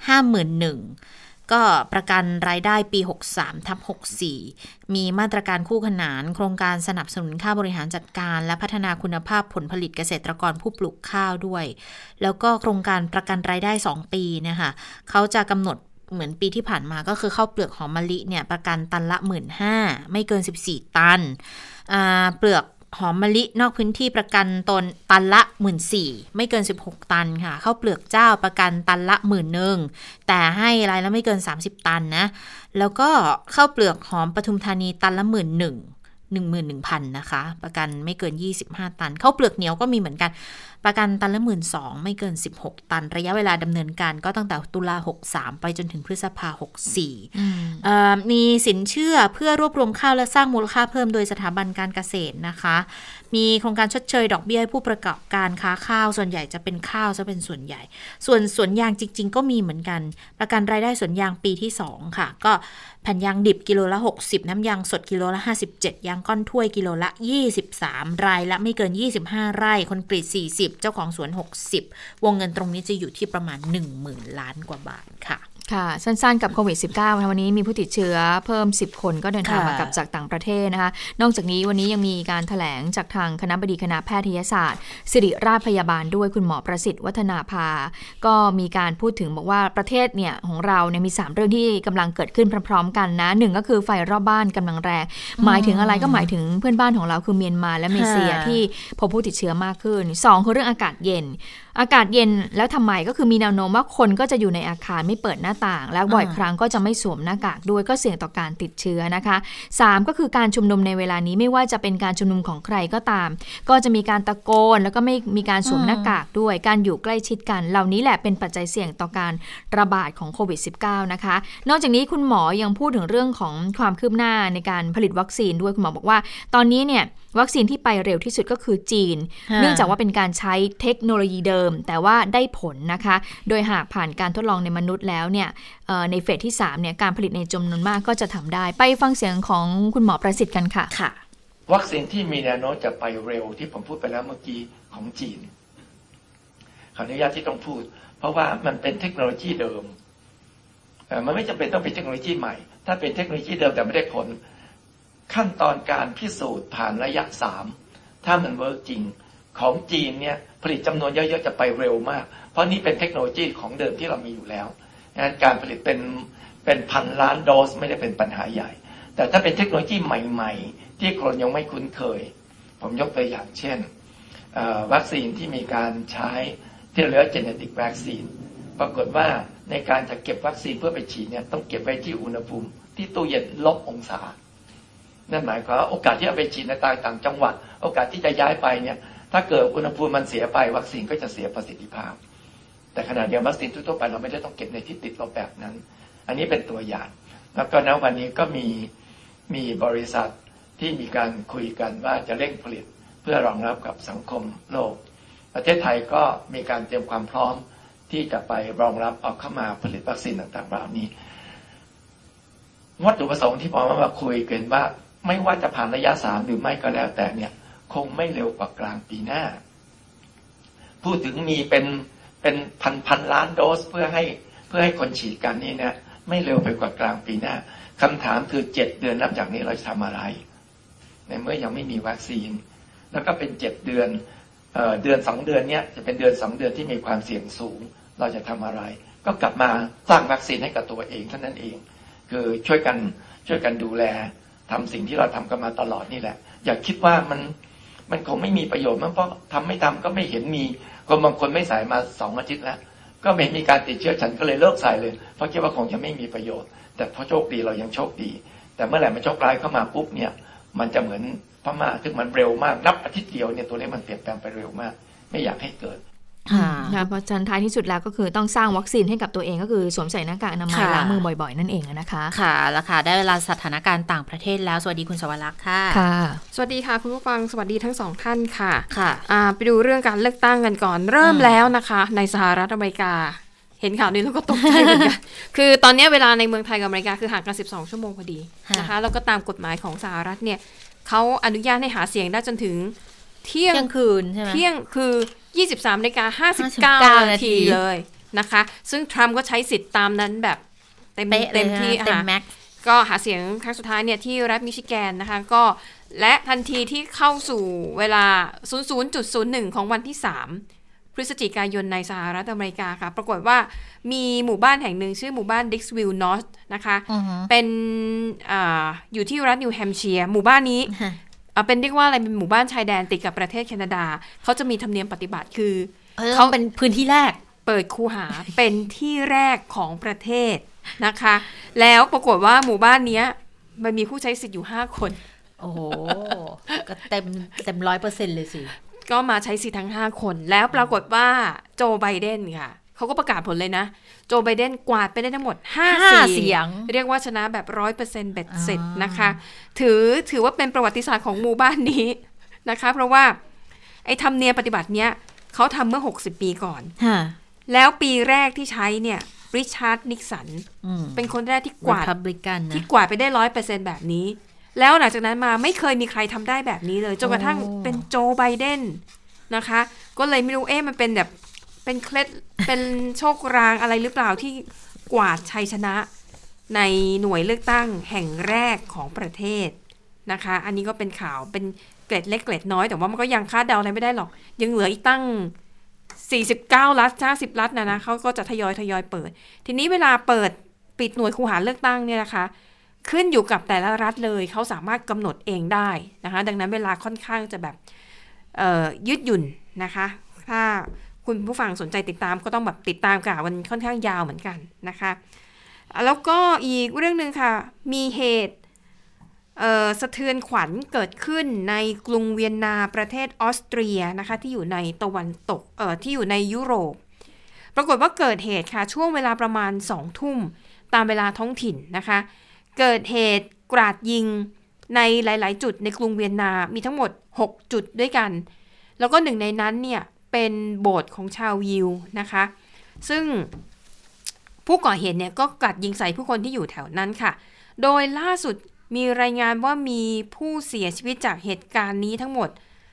51,000ก็ประกันรายได้ปี 63/64 มีมาตรการคู่ขนานโครงการสนับสนุนค่าบริหารจัดการและพัฒนาคุณภาพผลผลิตเกษตรกรผู้ปลูกข้าวด้วยแล้วก็โครงการประกันรายได้2ปีนะคะเขาจะกำหนดเหมือนปีที่ผ่านมาก็คือข้าวเปลือกหอมมะลิเนี่ยประกันตันละ 15,000 ไม่เกิน14ตันเปลือกหอมมะลินอกพื้นที่ประกันตันละ 14,000 ไม่เกิน16ตันค่ะข้าวเปลือกเจ้าประกันตันละ 11,000 แต่ให้รายละไม่เกิน30ตันนะแล้วก็ข้าวเปลือกหอมปทุมธานีตันละ 11,000 นะคะประกันไม่เกิน25ตันข้าวเปลือกเหนียวก็มีเหมือนกันประกันตันละ 12,000 ไม่เกิน16ตันระยะเวลาดำเนินการก็ตั้งแต่ตุลา63ไปจนถึงพฤษภา64มีสินเชื่อเพื่อรวบรวมข้าวและสร้างมูลค่าเพิ่มโดยสถาบันการเกษตรนะคะมีโครงการชดเชยดอกเบี้ยให้ผู้ประกอบการค้าข้าวส่วนใหญ่จะเป็นข้าวซะเป็นส่วนใหญ่ส่วนสวนยางจริงๆก็มีเหมือนกันประกันรายได้สวนยางปีที่2ค่ะก็แผ่นยางดิบกิโลละ60น้ำยางสดกิโลละ57ยางก้อนถ้วยกิโลละ23รายละไม่เกิน25ไร่คอนกรีต40เจ้าของสวน60วงเงินตรงนี้จะอยู่ที่ประมาณ 10,000 ล้านกว่าบาทค่ะค่ะสั้นๆกับโควิด -19 วันนี้มีผู้ติดเชื้อเพิ่ม10คนก็เดินทางมากลับจากต่างประเทศนะคะนอกจากนี้วันนี้ยังมีการแถลงจากทางคณบดีคณะแพทยศาสตร์ศิริราชพยาบาลด้วยคุณหมอประสิทธิ์วัฒนาภาก็มีการพูดถึงบอกว่าประเทศเนี่ยของเราเนี่ยมี3เรื่องที่กำลังเกิดขึ้นพร้อมๆกันนะ1ก็คือไฟรอบบ้านกำลังแรงหมายถึงอะไรก็หมายถึงเพื่อนบ้านของเราคือเมียนมาและมาเลเซียที่พบผู้ติดเชื้อมากขึ้น2คือเรื่องอากาศเย็นแล้วทำไมก็คือมีแนวโน้มว่าคนก็จะอยู่ในอาคารไม่เปิดหน้าต่างแล้วบ่อยครั้งก็จะไม่สวมหน้ากากด้วยก็เสี่ยงต่อการติดเชื้อนะคะ3ก็คือการชุมนุมในเวลานี้ไม่ว่าจะเป็นการชุมนุมของใครก็ตามก็จะมีการตะโกนแล้วก็ไม่มีการสวมหน้ากากด้วยการอยู่ใกล้ชิดกันเหล่านี้แหละเป็นปัจจัยเสี่ยงต่อการระบาดของโควิด -19 นะคะนอกจากนี้คุณหมอยังพูดถึงเรื่องของความคืบหน้าในการผลิตวัคซีนด้วยคุณหมอบอกว่าตอนนี้เนี่ยวัคซีนที่ไปเร็วที่สุดก็คือจีนเนื่องจากว่าเป็นการใช้เทคโนโลยีเดิมแต่ว่าได้ผลนะคะโดยหากผ่านการทดลองในมนุษย์แล้วเนี่ยในเฟสที่3เนี่ยการผลิตในจำนวนมากก็จะทำได้ไปฟังเสียงของคุณหมอประสิทธิ์กันค่ะวัคซีนที่มีแนวโน้มจะไปเร็วที่ผมพูดไปแล้วเมื่อกี้ของจีนขออนุญาตที่ต้องพูดเพราะว่ามันเป็นเทคโนโลยีเดิมมันไม่จำเป็นต้องเป็นเทคโนโลยีใหม่ถ้าเป็นเทคโนโลยีเดิมแต่ไม่ได้ผลขั้นตอนการพิสูจน์ผ่านระยะ3ถ้ามันเวิร์กจริงของจีนเนี่ยผลิตจำนวนเยอะๆจะไปเร็วมากเพราะนี่เป็นเทคโนโลยีของเดิมที่เรามีอยู่แล้วงั้นการผลิตเป็นพันล้านโดสไม่ได้เป็นปัญหาใหญ่แต่ถ้าเป็นเทคโนโลยีใหม่ๆที่คนยังไม่คุ้นเคยผมยกตัวอย่างเช่นวัคซีนที่มีการใช้ที่เรียกว่า genetic vaccine ปรากฏว่าในการจะเก็บวัคซีนเพื่อไปฉีดเนี่ยต้องเก็บไว้ที่อุณหภูมิที่ตู้เย็น-องศานั่นหมายความว่าโอกาสที่จะไปฉีดในต่างจังหวัดโอกาสที่จะย้ายไปเนี่ยถ้าเกิดอุณหภูมิมันเสียไปวัคซีนก็จะเสียประสิทธิภาพแต่ขณะเดียวกันวัคซีนทั่วไปเราไม่ได้ต้องเก็บในที่ติดลบแบบนั้นอันนี้เป็นตัวอย่างแล้วก็ณวันนี้ก็มีบริษัทที่มีการคุยกันว่าจะเร่งผลิตเพื่อรองรับกับสังคมโลกประเทศไทยก็มีการเตรียมความพร้อมที่จะไปรองรับเอาเข้ามาผลิตวัคซีนต่างๆเหล่านี้วัตถุประสงค์ที่ผมมาคุยกันว่าไม่ว่าจะผ่านระยะ3หรือไม่ก็แล้วแต่เนี่ยคงไม่เร็วกว่ากลางปีหน้าพูดถึงมีเป็นพันล้านโดสเพื่อให้คนฉีดกันนี่นะไม่เร็วไปกว่ากลางปีหน้าคำถามคือ7เดือนนับจากนี้เราจะทำอะไรในเมื่อยังไม่มีวัคซีนแล้วก็เป็น7เดือนเดือน2เดือนเนี้ยจะเป็นเดือน2เดือนที่มีความเสี่ยงสูงเราจะทำอะไรก็กลับมาสร้างวัคซีนให้กับตัวเองเท่านั้นเองคือช่วยกันดูแลทำสิ่งที่เราทำกันมาตลอดนี่แหละอย่าคิดว่ามันคงไม่มีประโยชน์เพราะทำไม่ทำก็ไม่เห็นมีคนบางคนไม่ใส่มา2 อาทิตย์แล้วก็ไม่มีการติดเชื้อฉันก็เลยเลิกใส่เลยเพราะคิดว่าคงจะไม่มีประโยชน์แต่พอโชคดีเรายังโชคดีแต่เมื่อไหร่มันโชคร้ายเข้ามาปุ๊บเนี่ยมันจะเหมือนพม่าซึ่งมันเร็วมากนับอาทิตย์เดียวเนี่ยตัวเลขมันเปลี่ยนแปลงไปเร็วมากไม่อยากให้เกิดเพราะฉะนั้นท้ายที่สุดแล้วก็คือต้องสร้างวัคซีนให้กับตัวเองก็คือสวมใส่หน้ากากอนามัยล้างมือบ่อยๆนั่นเองนะคะค่ะแล้วค่ะได้เวลาสถานการณ์ต่างประเทศแล้วสวัสดีคุณสวรักษ์ค่ะสวัสดีค่ะคุณผู้ฟังสวัสดีทั้ง2ท่านค่ะไปดูเรื่องการเลือกตั้งกันก่อนเริ่มแล้วนะคะในสหรัฐอเมริกาเห็นข่าวนี้แล้วก็ตกใจเหมือนกันคือตอนนี้เวลาในเมืองไทยกับอเมริกาคือห่างกัน12 ชั่วโมงพอดีนะคะแล้วก็ตามกฎหมายของสหรัฐเนี่ยเขาอนุญาตให้หาเสียงได้จนถึงเที่ยงคืนใช่ไหมเที่ยงคือ23:59 นาทีเลยนะคะซึ่งทรัมป์ก็ใช้สิทธิ์ตามนั้นแบบเต็มที่ก็หาเสียงครั้งสุดท้ายเนี่ยที่รัฐมิชิแกนนะคะก็และทันทีที่เข้าสู่เวลา 00:01 ของวันที่3พฤศจิกายนในสหรัฐอเมริกาค่ะปรากฏว่ามีหมู่บ้านแห่งหนึ่งชื่อหมู่บ้านดิกส์วิลล์นอร์ทนะคะเป็นอยู่ที่รัฐนิวแฮมป์เชียร์หมู่บ้านนี้เป็นเรียกว่าอะไรเป็นหมู่บ้านชายแดนติดกับประเทศแคนาดาเขาจะมีธรรมเนียมปฏิบัติคือเขาเป็นพื้นที่แรกเปิดคูหาเป็นที่แรกของประเทศนะคะแล้วปรากฏว่าหมู่บ้านนี้มันมีผู้ใช้สิทธิ์อยู่5 คนโอ้โหก็เต็ม 100% เลยสิก็มาใช้สิทธิ์ทั้ง5คนแล้วปรากฏว่าโจไบเดนค่ะเขาก็ประกาศผลเลยนะโจไบเดนกวาดไปได้ทั้งหมด5เสียงเรียกว่าชนะแบบ 100% เบ็ดเสร็จนะคะถือว่าเป็นประวัติศาสตร์ของหมู่บ้านนี้นะคะเพราะว่าไอ้ธรรมเนียมปฏิบัติเนี้ยเขาทำเมื่อ60ปีก่อนแล้วปีแรกที่ใช้เนี่ยริชาร์ดนิกสันเป็นคนแรกที่กวาดไปได้ 100% แบบนี้แล้วหลังจากนั้นมาไม่เคยมีใครทำได้แบบนี้เลยจนกระทั่งเป็นโจไบเดนนะคะก็เลยไม่รู้มันเป็นแบบเป็นเคล็ดเป็นโชครางอะไรหรือเปล่าที่กวาดชัยชนะในหน่วยเลือกตั้งแห่งแรกของประเทศนะคะอันนี้ก็เป็นข่าวเป็นเกล็ดเล็กเกล็ดน้อยแต่ว่ามันก็ยังคาดเดาอะไรไม่ได้หรอกยังเหลืออีกตั้ง49รัฐ50รัฐนะเขาก็จะทยอยเปิดทีนี้เวลาเปิดปิดหน่วยคูหาเลือกตั้งเนี่ยนะคะขึ้นอยู่กับแต่ละรัฐเลยเขาสามารถกำหนดเองได้นะคะดังนั้นเวลาค่อนข้างจะแบบยืดหยุ่นนะคะถ้าคุณผู้ฟังสนใจติดตามก็ต้องแบบติดตามกันมันค่อนข้างยาวเหมือนกันนะคะแล้วก็อีกเรื่องนึงค่ะมีเหตุสะเทือนขวัญเกิดขึ้นในกรุงเวียนนาประเทศออสเตรียนะคะที่อยู่ในตะวันตกที่อยู่ในยุโรปปรากฏว่าเกิดเหตุค่ะช่วงเวลาประมาณ 20:00 นตามเวลาท้องถิ่นนะคะเกิดเหตุกราดยิงในหลายๆจุดในกรุงเวียนนามีทั้งหมด6จุดด้วยกันแล้วก็หนึ่งในนั้นเนี่ยเป็นโบสถ์ของชาวยิวนะคะซึ่งผู้ก่อเหตุเนี่ยก็กราดยิงใส่ผู้คนที่อยู่แถวนั้นค่ะโดยล่าสุดมีรายงานว่ามีผู้เสียชีวิตจากเหตุการณ์นี้ทั้งหมด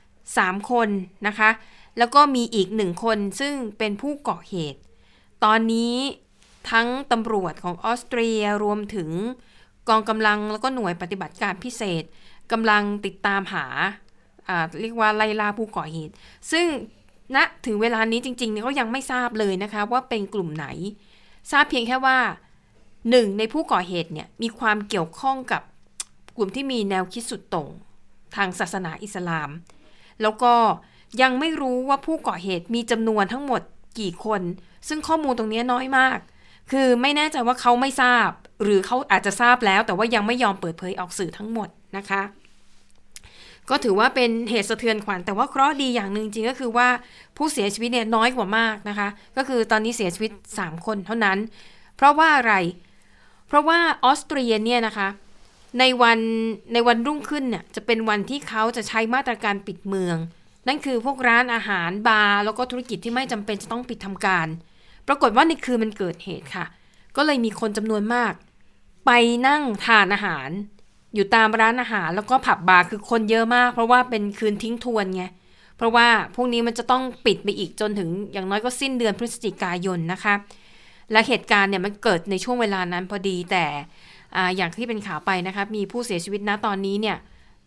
3คนนะคะแล้วก็มีอีก1คนซึ่งเป็นผู้ก่อเหตุตอนนี้ทั้งตำรวจของออสเตรียรวมถึงกองกำลังแล้วก็หน่วยปฏิบัติการพิเศษกำลังติดตามหาเรียกว่าไล่ล่าผู้ก่อเหตุซึ่งณถึงเวลานี้จริงๆเนี่ยก็ยังไม่ทราบเลยนะคะว่าเป็นกลุ่มไหนทราบเพียงแค่ว่า1ในผู้ก่อเหตุเนี่ยมีความเกี่ยวข้องกับกลุ่มที่มีแนวคิดสุดโต่งทางศาสนาอิสลามแล้วก็ยังไม่รู้ว่าผู้ก่อเหตุมีจำนวนทั้งหมดกี่คนซึ่งข้อมูลตรงนี้น้อยมากคือไม่แน่ใจว่าเขาไม่ทราบหรือเขาอาจจะทราบแล้วแต่ว่ายังไม่ยอมเปิดเผยออกสื่อทั้งหมดนะคะก็ถือว่าเป็นเหตุสะเทือนขวัญแต่ว่าเคราะห์ดีอย่างนึงจริงก็คือว่าผู้เสียชีวิตเนี่ยน้อยกว่ามากนะคะก็คือตอนนี้เสียชีวิต3คนเท่านั้นเพราะว่าอะไรเพราะว่าออสเตรียเนี่ยนะคะในวันรุ่งขึ้นเนี่ยจะเป็นวันที่เขาจะใช้มาตรการปิดเมืองนั่นคือพวกร้านอาหารบาร์แล้วก็ธุรกิจที่ไม่จำเป็นจะต้องปิดทำการปรากฏว่าในคืนมันเกิดเหตุค่ะก็เลยมีคนจำนวนมากไปนั่งทานอาหารอยู่ตามร้านอาหารแล้วก็ผับบาร์คือคนเยอะมากเพราะว่าเป็นคืนทิ้งทวนไงเพราะว่าพวกนี้มันจะต้องปิดไปอีกจนถึงอย่างน้อยก็สิ้นเดือนพฤศจิกายนนะคะและเหตุการณ์เนี่ยมันเกิดในช่วงเวลานั้นพอดีแต่อย่างที่เป็นข่าวไปนะคะมีผู้เสียชีวิตณตอนนี้เนี่ย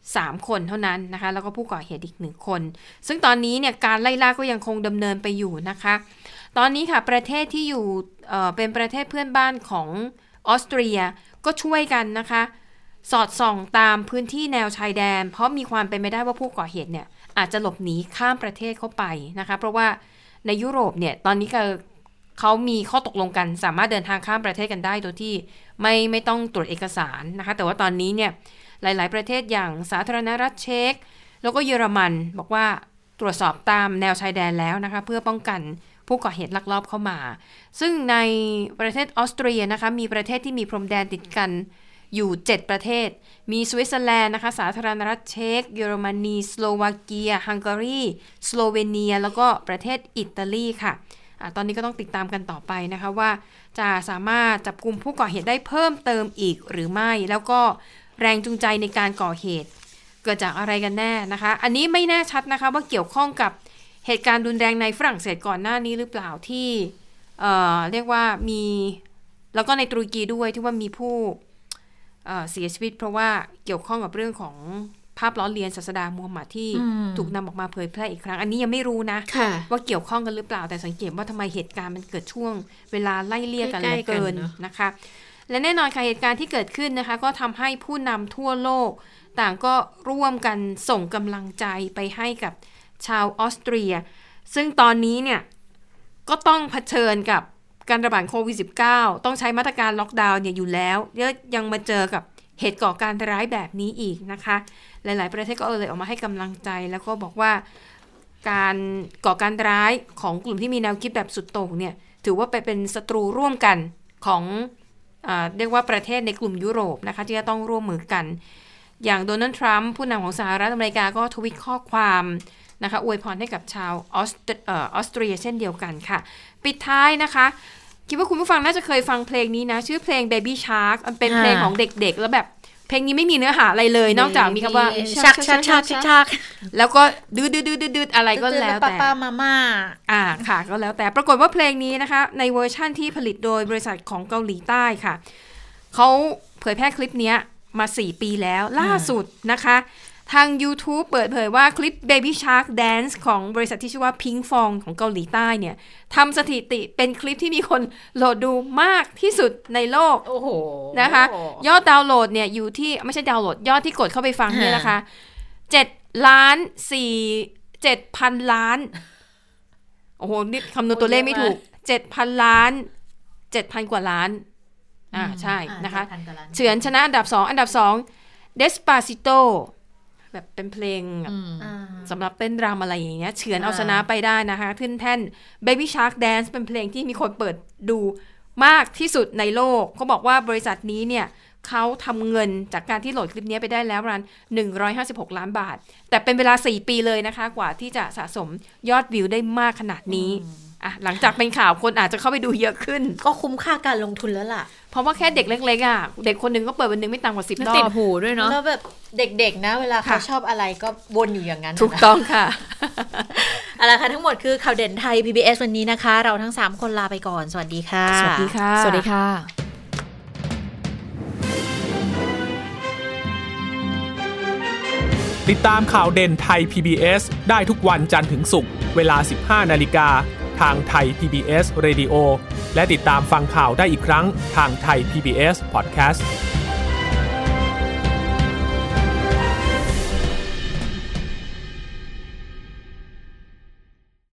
3คนเท่านั้นนะคะแล้วก็ผู้ก่อเหตุอีก1คนซึ่งตอนนี้เนี่ยการไล่ล่าก็ยังคงดำเนินไปอยู่นะคะตอนนี้ค่ะประเทศที่อยู่เป็นประเทศเพื่อนบ้านของออสเตรียก็ช่วยกันนะคะสอดส่องตามพื้นที่แนวชายแดนเพราะมีความเป็นไปได้ว่าผู้ก่อเหตุเนี่ยอาจจะหลบหนีข้ามประเทศเข้าไปนะคะเพราะว่าในยุโรปเนี่ยตอนนี้เขามีข้อตกลงกันสามารถเดินทางข้ามประเทศกันได้โดยที่ไม่ต้องตรวจเอกสารนะคะแต่ว่าตอนนี้เนี่ยหลายๆประเทศอย่างสาธารณรัฐเช็กแล้วก็เยอรมันบอกว่าตรวจสอบตามแนวชายแดนแล้วนะคะเพื่อป้องกันผู้ก่อเหตุลักลอบเข้ามาซึ่งในประเทศออสเตรียนะคะมีประเทศที่มีพรมแดนติดกันอยู่7ประเทศมีสวิตเซอร์แลนด์นะคะสาธารณรัฐเช็กเยอรมนีสโลวาเกียฮังการีสโลเวเนียแล้วก็ประเทศอิตาลีค่ะตอนนี้ก็ต้องติดตามกันต่อไปนะคะว่าจะสามารถจับกุมผู้ก่อเหตุได้เพิ่มเติมอีกหรือไม่แล้วก็แรงจูงใจในการก่อเหตุเกิดจากอะไรกันแน่นะคะอันนี้ไม่แน่ชัดนะคะว่าเกี่ยวข้องกับเหตุการณ์รุนแรงในฝรั่งเศสก่อนหน้านี้หรือเปล่าที่เรียกว่ามีแล้วก็ในตุรกีด้วยที่ว่ามีผู้เสียชีวิตเพราะว่าเกี่ยวข้องกับเรื่องของภาพล้อเลียนศาสดามูฮัมหมัดที่ถูกนำออกมาเผยแพร่อีกครั้งอันนี้ยังไม่รู้นะว่าเกี่ยวข้องกันหรือเปล่าแต่สังเกตว่าทำไมเหตุการณ์มันเกิดช่วงเวลาไล่เลี่ยกันเหลือเกินนะคะและแน่นอนค่ะเหตุการณ์ที่เกิดขึ้นนะคะก็ทำให้ผู้นำทั่วโลกต่างก็ร่วมกันส่งกำลังใจไปให้กับชาวออสเตรียซึ่งตอนนี้เนี่ยก็ต้องเผชิญกับการระบาดโควิด -19 ต้องใช้มาตรการล็อกดาวน์เนี่ยอยู่แล้วยังมาเจอกับเหตุก่อการร้ายแบบนี้อีกนะคะหลายๆประเทศก็เลยออกมาให้กำลังใจแล้วก็บอกว่าการก่อการร้ายของกลุ่มที่มีแนวคิดแบบสุดโต่งเนี่ยถือว่าเป็นศัตรูร่วมกันของเรียกว่าประเทศในกลุ่มยุโรปนะคะที่จะต้องร่วมมือกันอย่างโดนัลด์ทรัมป์ผู้นำของสหรัฐอเมริกาก็ทวีตข้อความนะคะอวยพรให้กับชาวออสเตรียเช่นเดียวกันค่ะปิดท้ายนะคะคิดว่าคุณผู้ฟังน่าจะเคยฟังเพลงนี้นะชื่อเพลง Baby Shark มันเป็นเพลงของเด็กๆแล้วแบบเพลงนี้ไม่มีเนื้อหาอะไรเลยนอกจากมีคำว่าชักแล้วก็ดืดอะไรก็แล้วแต่ป้ามาม่าค่ะก็แล้วแต่ปรากฏว่าเพลงนี้นะคะในเวอร์ชั่นที่ผลิตโดยบริษัทของเกาหลีใต้ค่ะเขาเผยแพร่คลิปนี้มา4 ปีแล้วล่าสุดนะคะทาง YouTube เปิดเผยว่าคลิป Baby Shark Dance ของบริษัทที่ชื่อว่า Pink Fong ของเกาหลีใต้เนี่ยทำสถิติเป็นคลิปที่มีคนโหลดดูมากที่สุดในโลกนะคะยอดดาวน์โหลดเนี่ยอยู่ที่ไม่ใช่ดาวน์โหลดยอดที่กดเข้าไปฟังเนี่ยนะคะ7,000,000,000โอ้โหนี่คำนวณตัวเลขไม่ถูก7,000,000,000 7,000 กว่าล้านใช่นะคะเฉือนชนะอันดับ2 Despacito แบบเป็นเพลงสำหรับเต้นรำอะไรอย่างเงี้ยเฉือนเอาชนะไปได้นะคะขึ้นแท่น Baby Shark Dance เป็นเพลงที่มีคนเปิดดูมากที่สุดในโลกเขาบอกว่าบริษัทนี้เนี่ยเขาทำเงินจากการที่โหลดคลิปนี้ไปได้แล้วประมาณ156 ล้านบาทแต่เป็นเวลา4 ปีเลยนะคะกว่าที่จะสะสมยอดวิวได้มากขนาดนี้หลังจากเป็นข่าวคนอาจจะเข้าไปดูเยอะขึ้นก็คุ้มค่าการลงทุนแล้วล่ะเพราะว่าแค่เด็กเล็กๆเด็กคนนึงก็เปิดวันนึงไม่ต่ำกว่า10 รอบติดหูด้วยเนาะแล้วแบบเด็กๆนะเวลาเขาชอบอะไรก็วนอยู่อย่างนั้นถูกต้องค่ะอะไรค่ะทั้งหมดคือข่าวเด่นไทย PBS วันนี้นะคะเราทั้ง3คนลาไปก่อนสวัสดีค่ะสวัสดีค่ะสวัสดีค่ะติดตามข่าวเด่นไทย PBS ได้ทุกวันจันทร์ถึงศุกร์เวลา 15 นาฬิกาทางไทย PBS Radio และติดตามฟังข่าวได้อีกครั้งทางไทย PBS Podcast